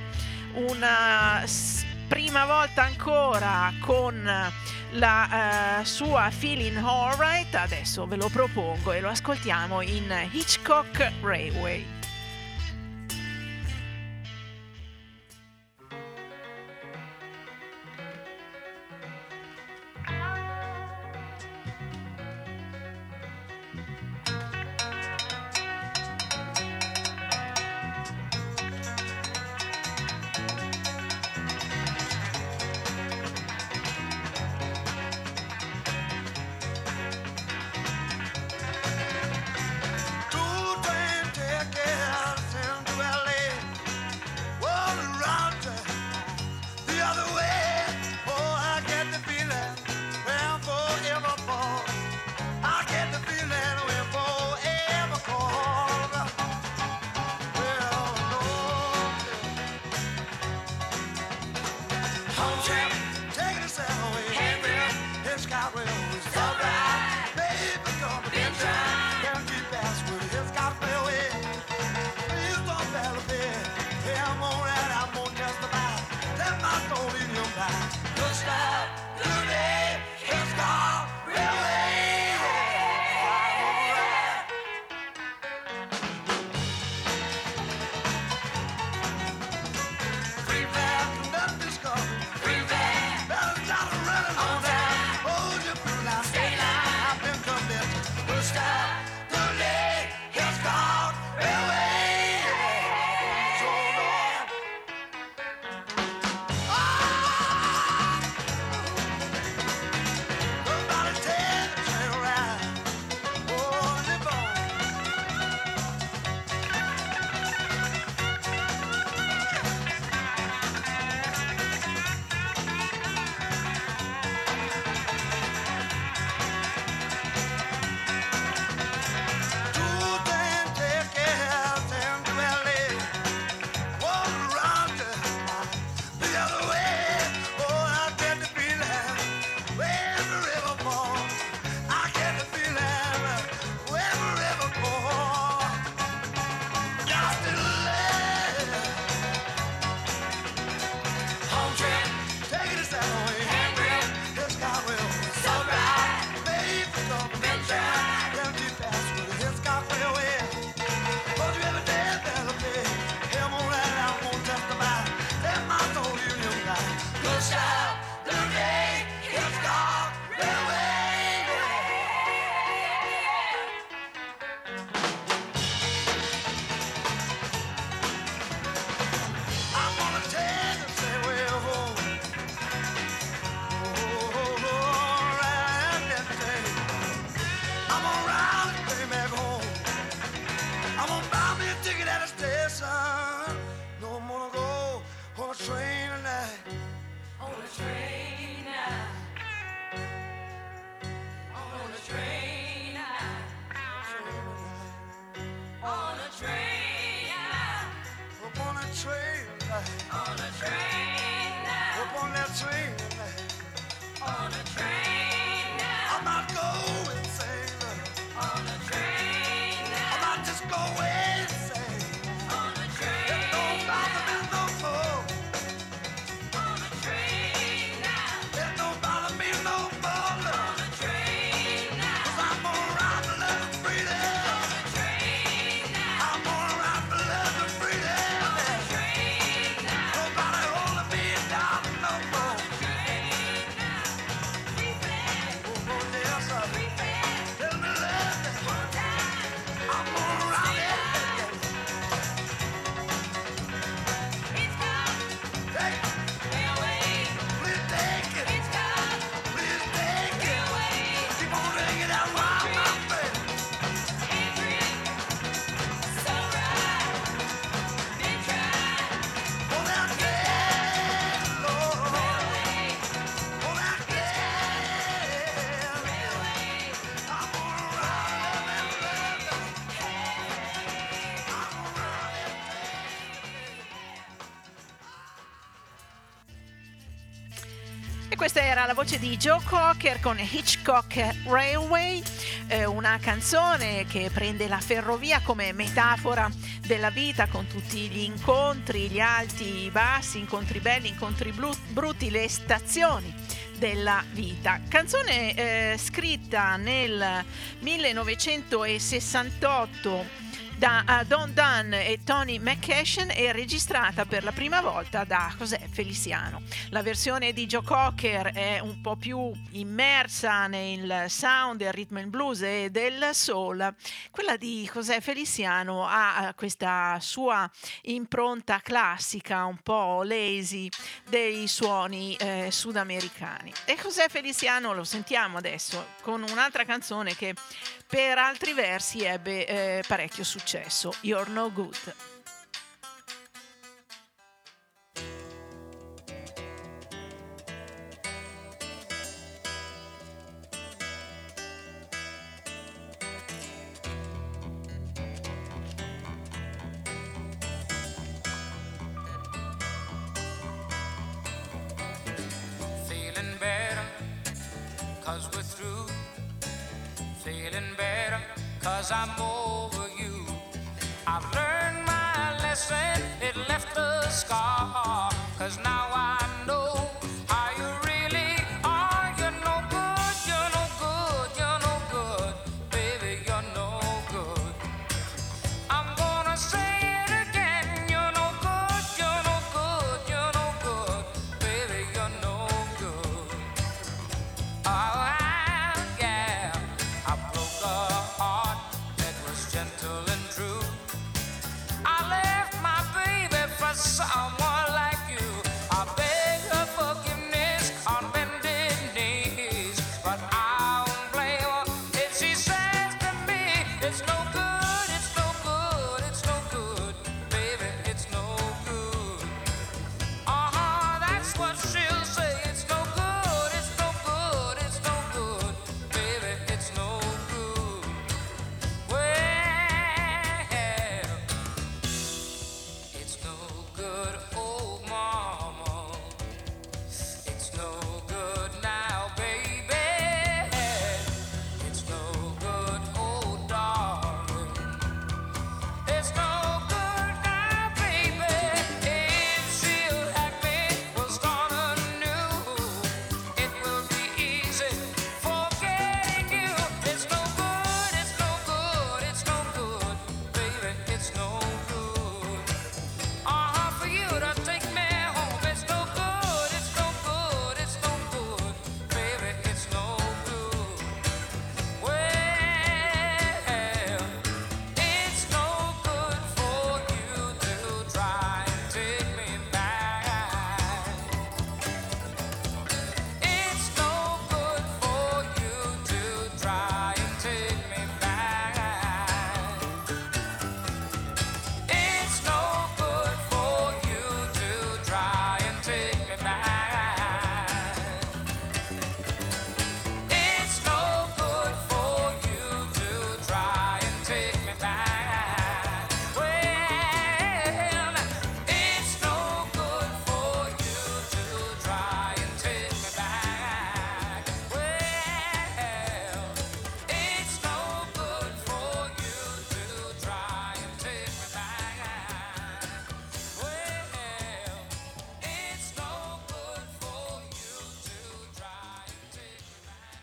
[SPEAKER 2] una s- prima volta ancora con la uh, sua Feeling Alright, adesso ve lo propongo e lo ascoltiamo in Hitchcock Railway.
[SPEAKER 1] Two twin tickets
[SPEAKER 2] E questa era la voce di Joe Cocker con Hitchcock Railway, eh, una canzone che prende la ferrovia come metafora della vita, con tutti gli incontri, gli alti, i bassi, incontri belli, incontri blu- brutti, le stazioni della vita. Canzone eh, scritta nel millenovecentosessantotto da uh, Don Dunn e Tony McCashen e registrata per la prima volta da José Feliciano. La versione di Joe Cocker è un po' più immersa nel sound del rhythm and blues e del soul. Quella di José Feliciano ha questa sua impronta classica, un po' lazy, dei suoni eh, sudamericani. E José Feliciano lo sentiamo adesso con un'altra canzone che per altri versi ebbe eh, parecchio successo, You're No Good.
[SPEAKER 8] 'cause we're through. Feeling better, 'cause I'm over you. I've learned my lesson, it left a scar, 'cause now I know how you really are. You're no good, you're no good, you're no good, baby, you're no good. I'm gonna say it again, you're no good, you're no good, you're no good, baby, you're no good. Oh, yeah, I broke a heart that was gentle and true. I left my baby for someone like you. I beg her forgiveness on bended knees, but I won't blame her if she says to me, it's no good, it's no good, it's no good, baby, it's no good. Uh-huh, that's what she'll say. It's no good, it's no good, it's no good, baby, it's no good. Well, it's no good, oh mama. It's no good now, baby. It's no good, oh darling. It's no good now, baby. If she'll have me, we'll start anew. It will be easy forgetting you. It's no good, it's no good, it's no good, baby, it's no good. Uh-huh, for you to take me home. It's no good, it's no good, it's no good, baby, it's no good. Well, it's no good for you to try and take me back. It's no good for you to try and take me back. It's no good for you to try and take me back. It's no good for you to try and take me back. Well, it's no good for you to try and take me back. Well, it's no good for you to try and take me back. Well, it's no good for you to try and take me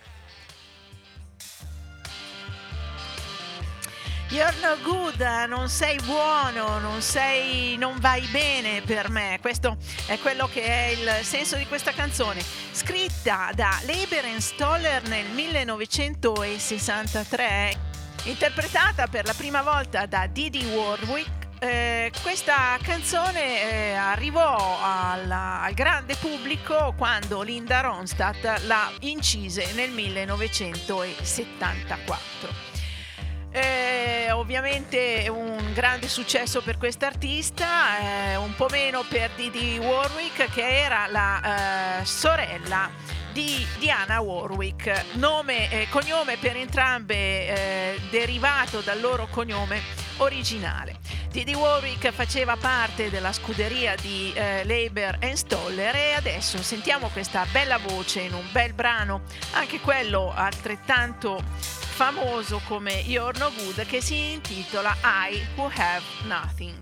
[SPEAKER 8] back.
[SPEAKER 2] You're no good, non sei buono, non sei, non vai bene per me. Questo è quello che è il senso di questa canzone, scritta da Leiber and Stoller nel millenovecentosessantatré, interpretata per la prima volta da Didi Warwick. Eh, questa canzone eh, arrivò alla- al grande pubblico quando Linda Ronstadt l'ha incise nel millenovecentosettantaquattro. Eh, ovviamente un grande successo per quest'artista, eh, un po' meno per Didi Warwick, che era la eh, sorella di Diana Warwick, nome e cognome per entrambe eh, derivato dal loro cognome originale. Didi Warwick faceva parte della scuderia di eh, Leiber and Stoller, e adesso sentiamo questa bella voce in un bel brano, anche quello altrettanto famoso come You're No Good, che si intitola I Who Have Nothing.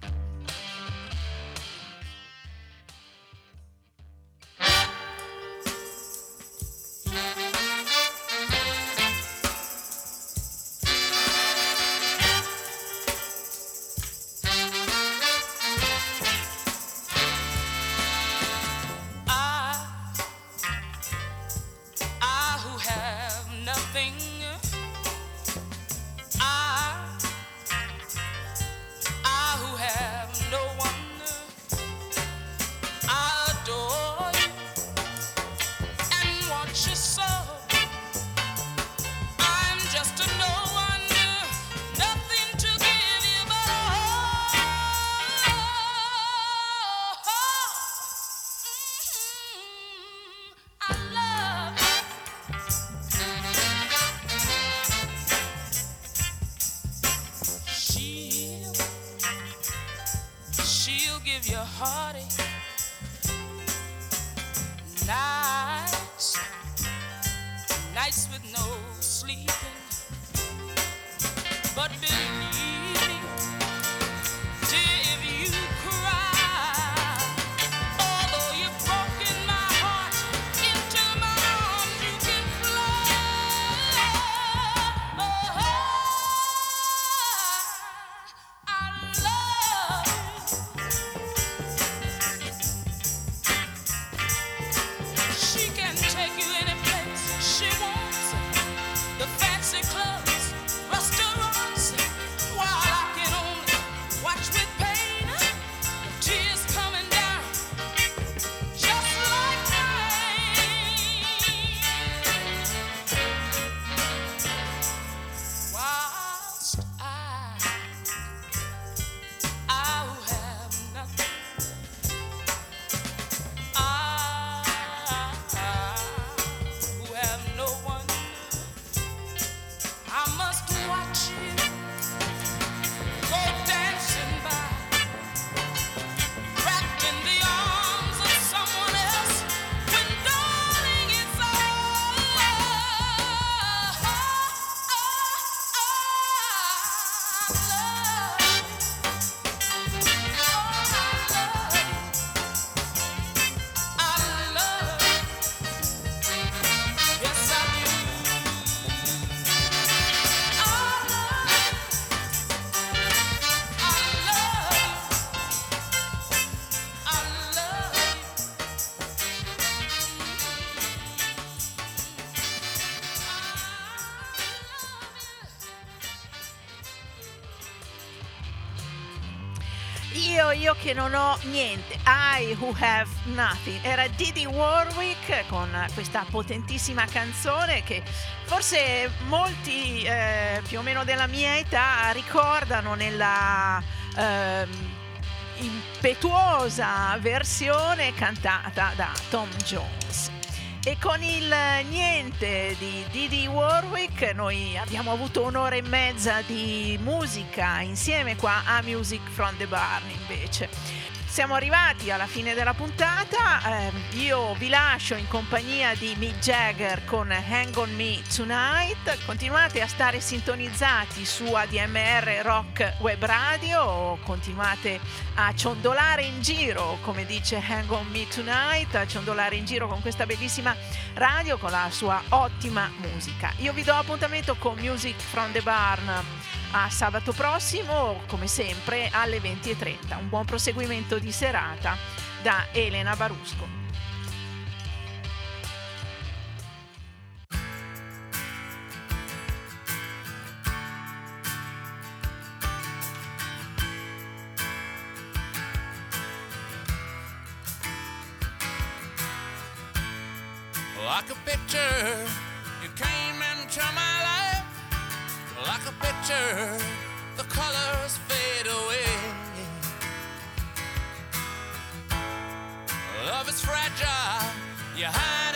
[SPEAKER 8] I who have nothing, I, I who have nights with no sleeping. But believe me, dear, if you cry, although you've broken my heart, into my arms you can fly. Oh, I love you. She can take you any place she wants, the fancy clubs, restaurants, while I can only watch with pain, the tears coming down, just like rain. Whilst I, I who have nothing, I, who have no one, I must watch you go dancing by, wrapped in the arms of someone else, when darling it's all I love, I love, yes I do.
[SPEAKER 2] Io, io che non ho niente, I who have nothing. Era Didi Warwick con questa potentissima canzone che forse molti eh, più o meno della mia età ricordano nella ehm, impetuosa versione cantata da Tom Jones. E con il niente di Didi Warwick noi abbiamo avuto un'ora e mezza di musica insieme qua a Music from the Barn invece. Siamo arrivati alla fine della puntata, eh, io vi lascio in compagnia di Mick Jagger con Hang on Me Tonight. Continuate a stare sintonizzati su A D M R Rock Web Radio, continuate a ciondolare in giro, come dice Hang on Me Tonight, a ciondolare in giro con questa bellissima radio, con la sua ottima musica. Io vi do appuntamento con Music from the Barn a sabato prossimo, come sempre alle venti e trenta. Un buon proseguimento di serata da Elena Barusco.
[SPEAKER 8] Like a picture, you came into my life. Like a picture, the colors fade away. Love is fragile, you hide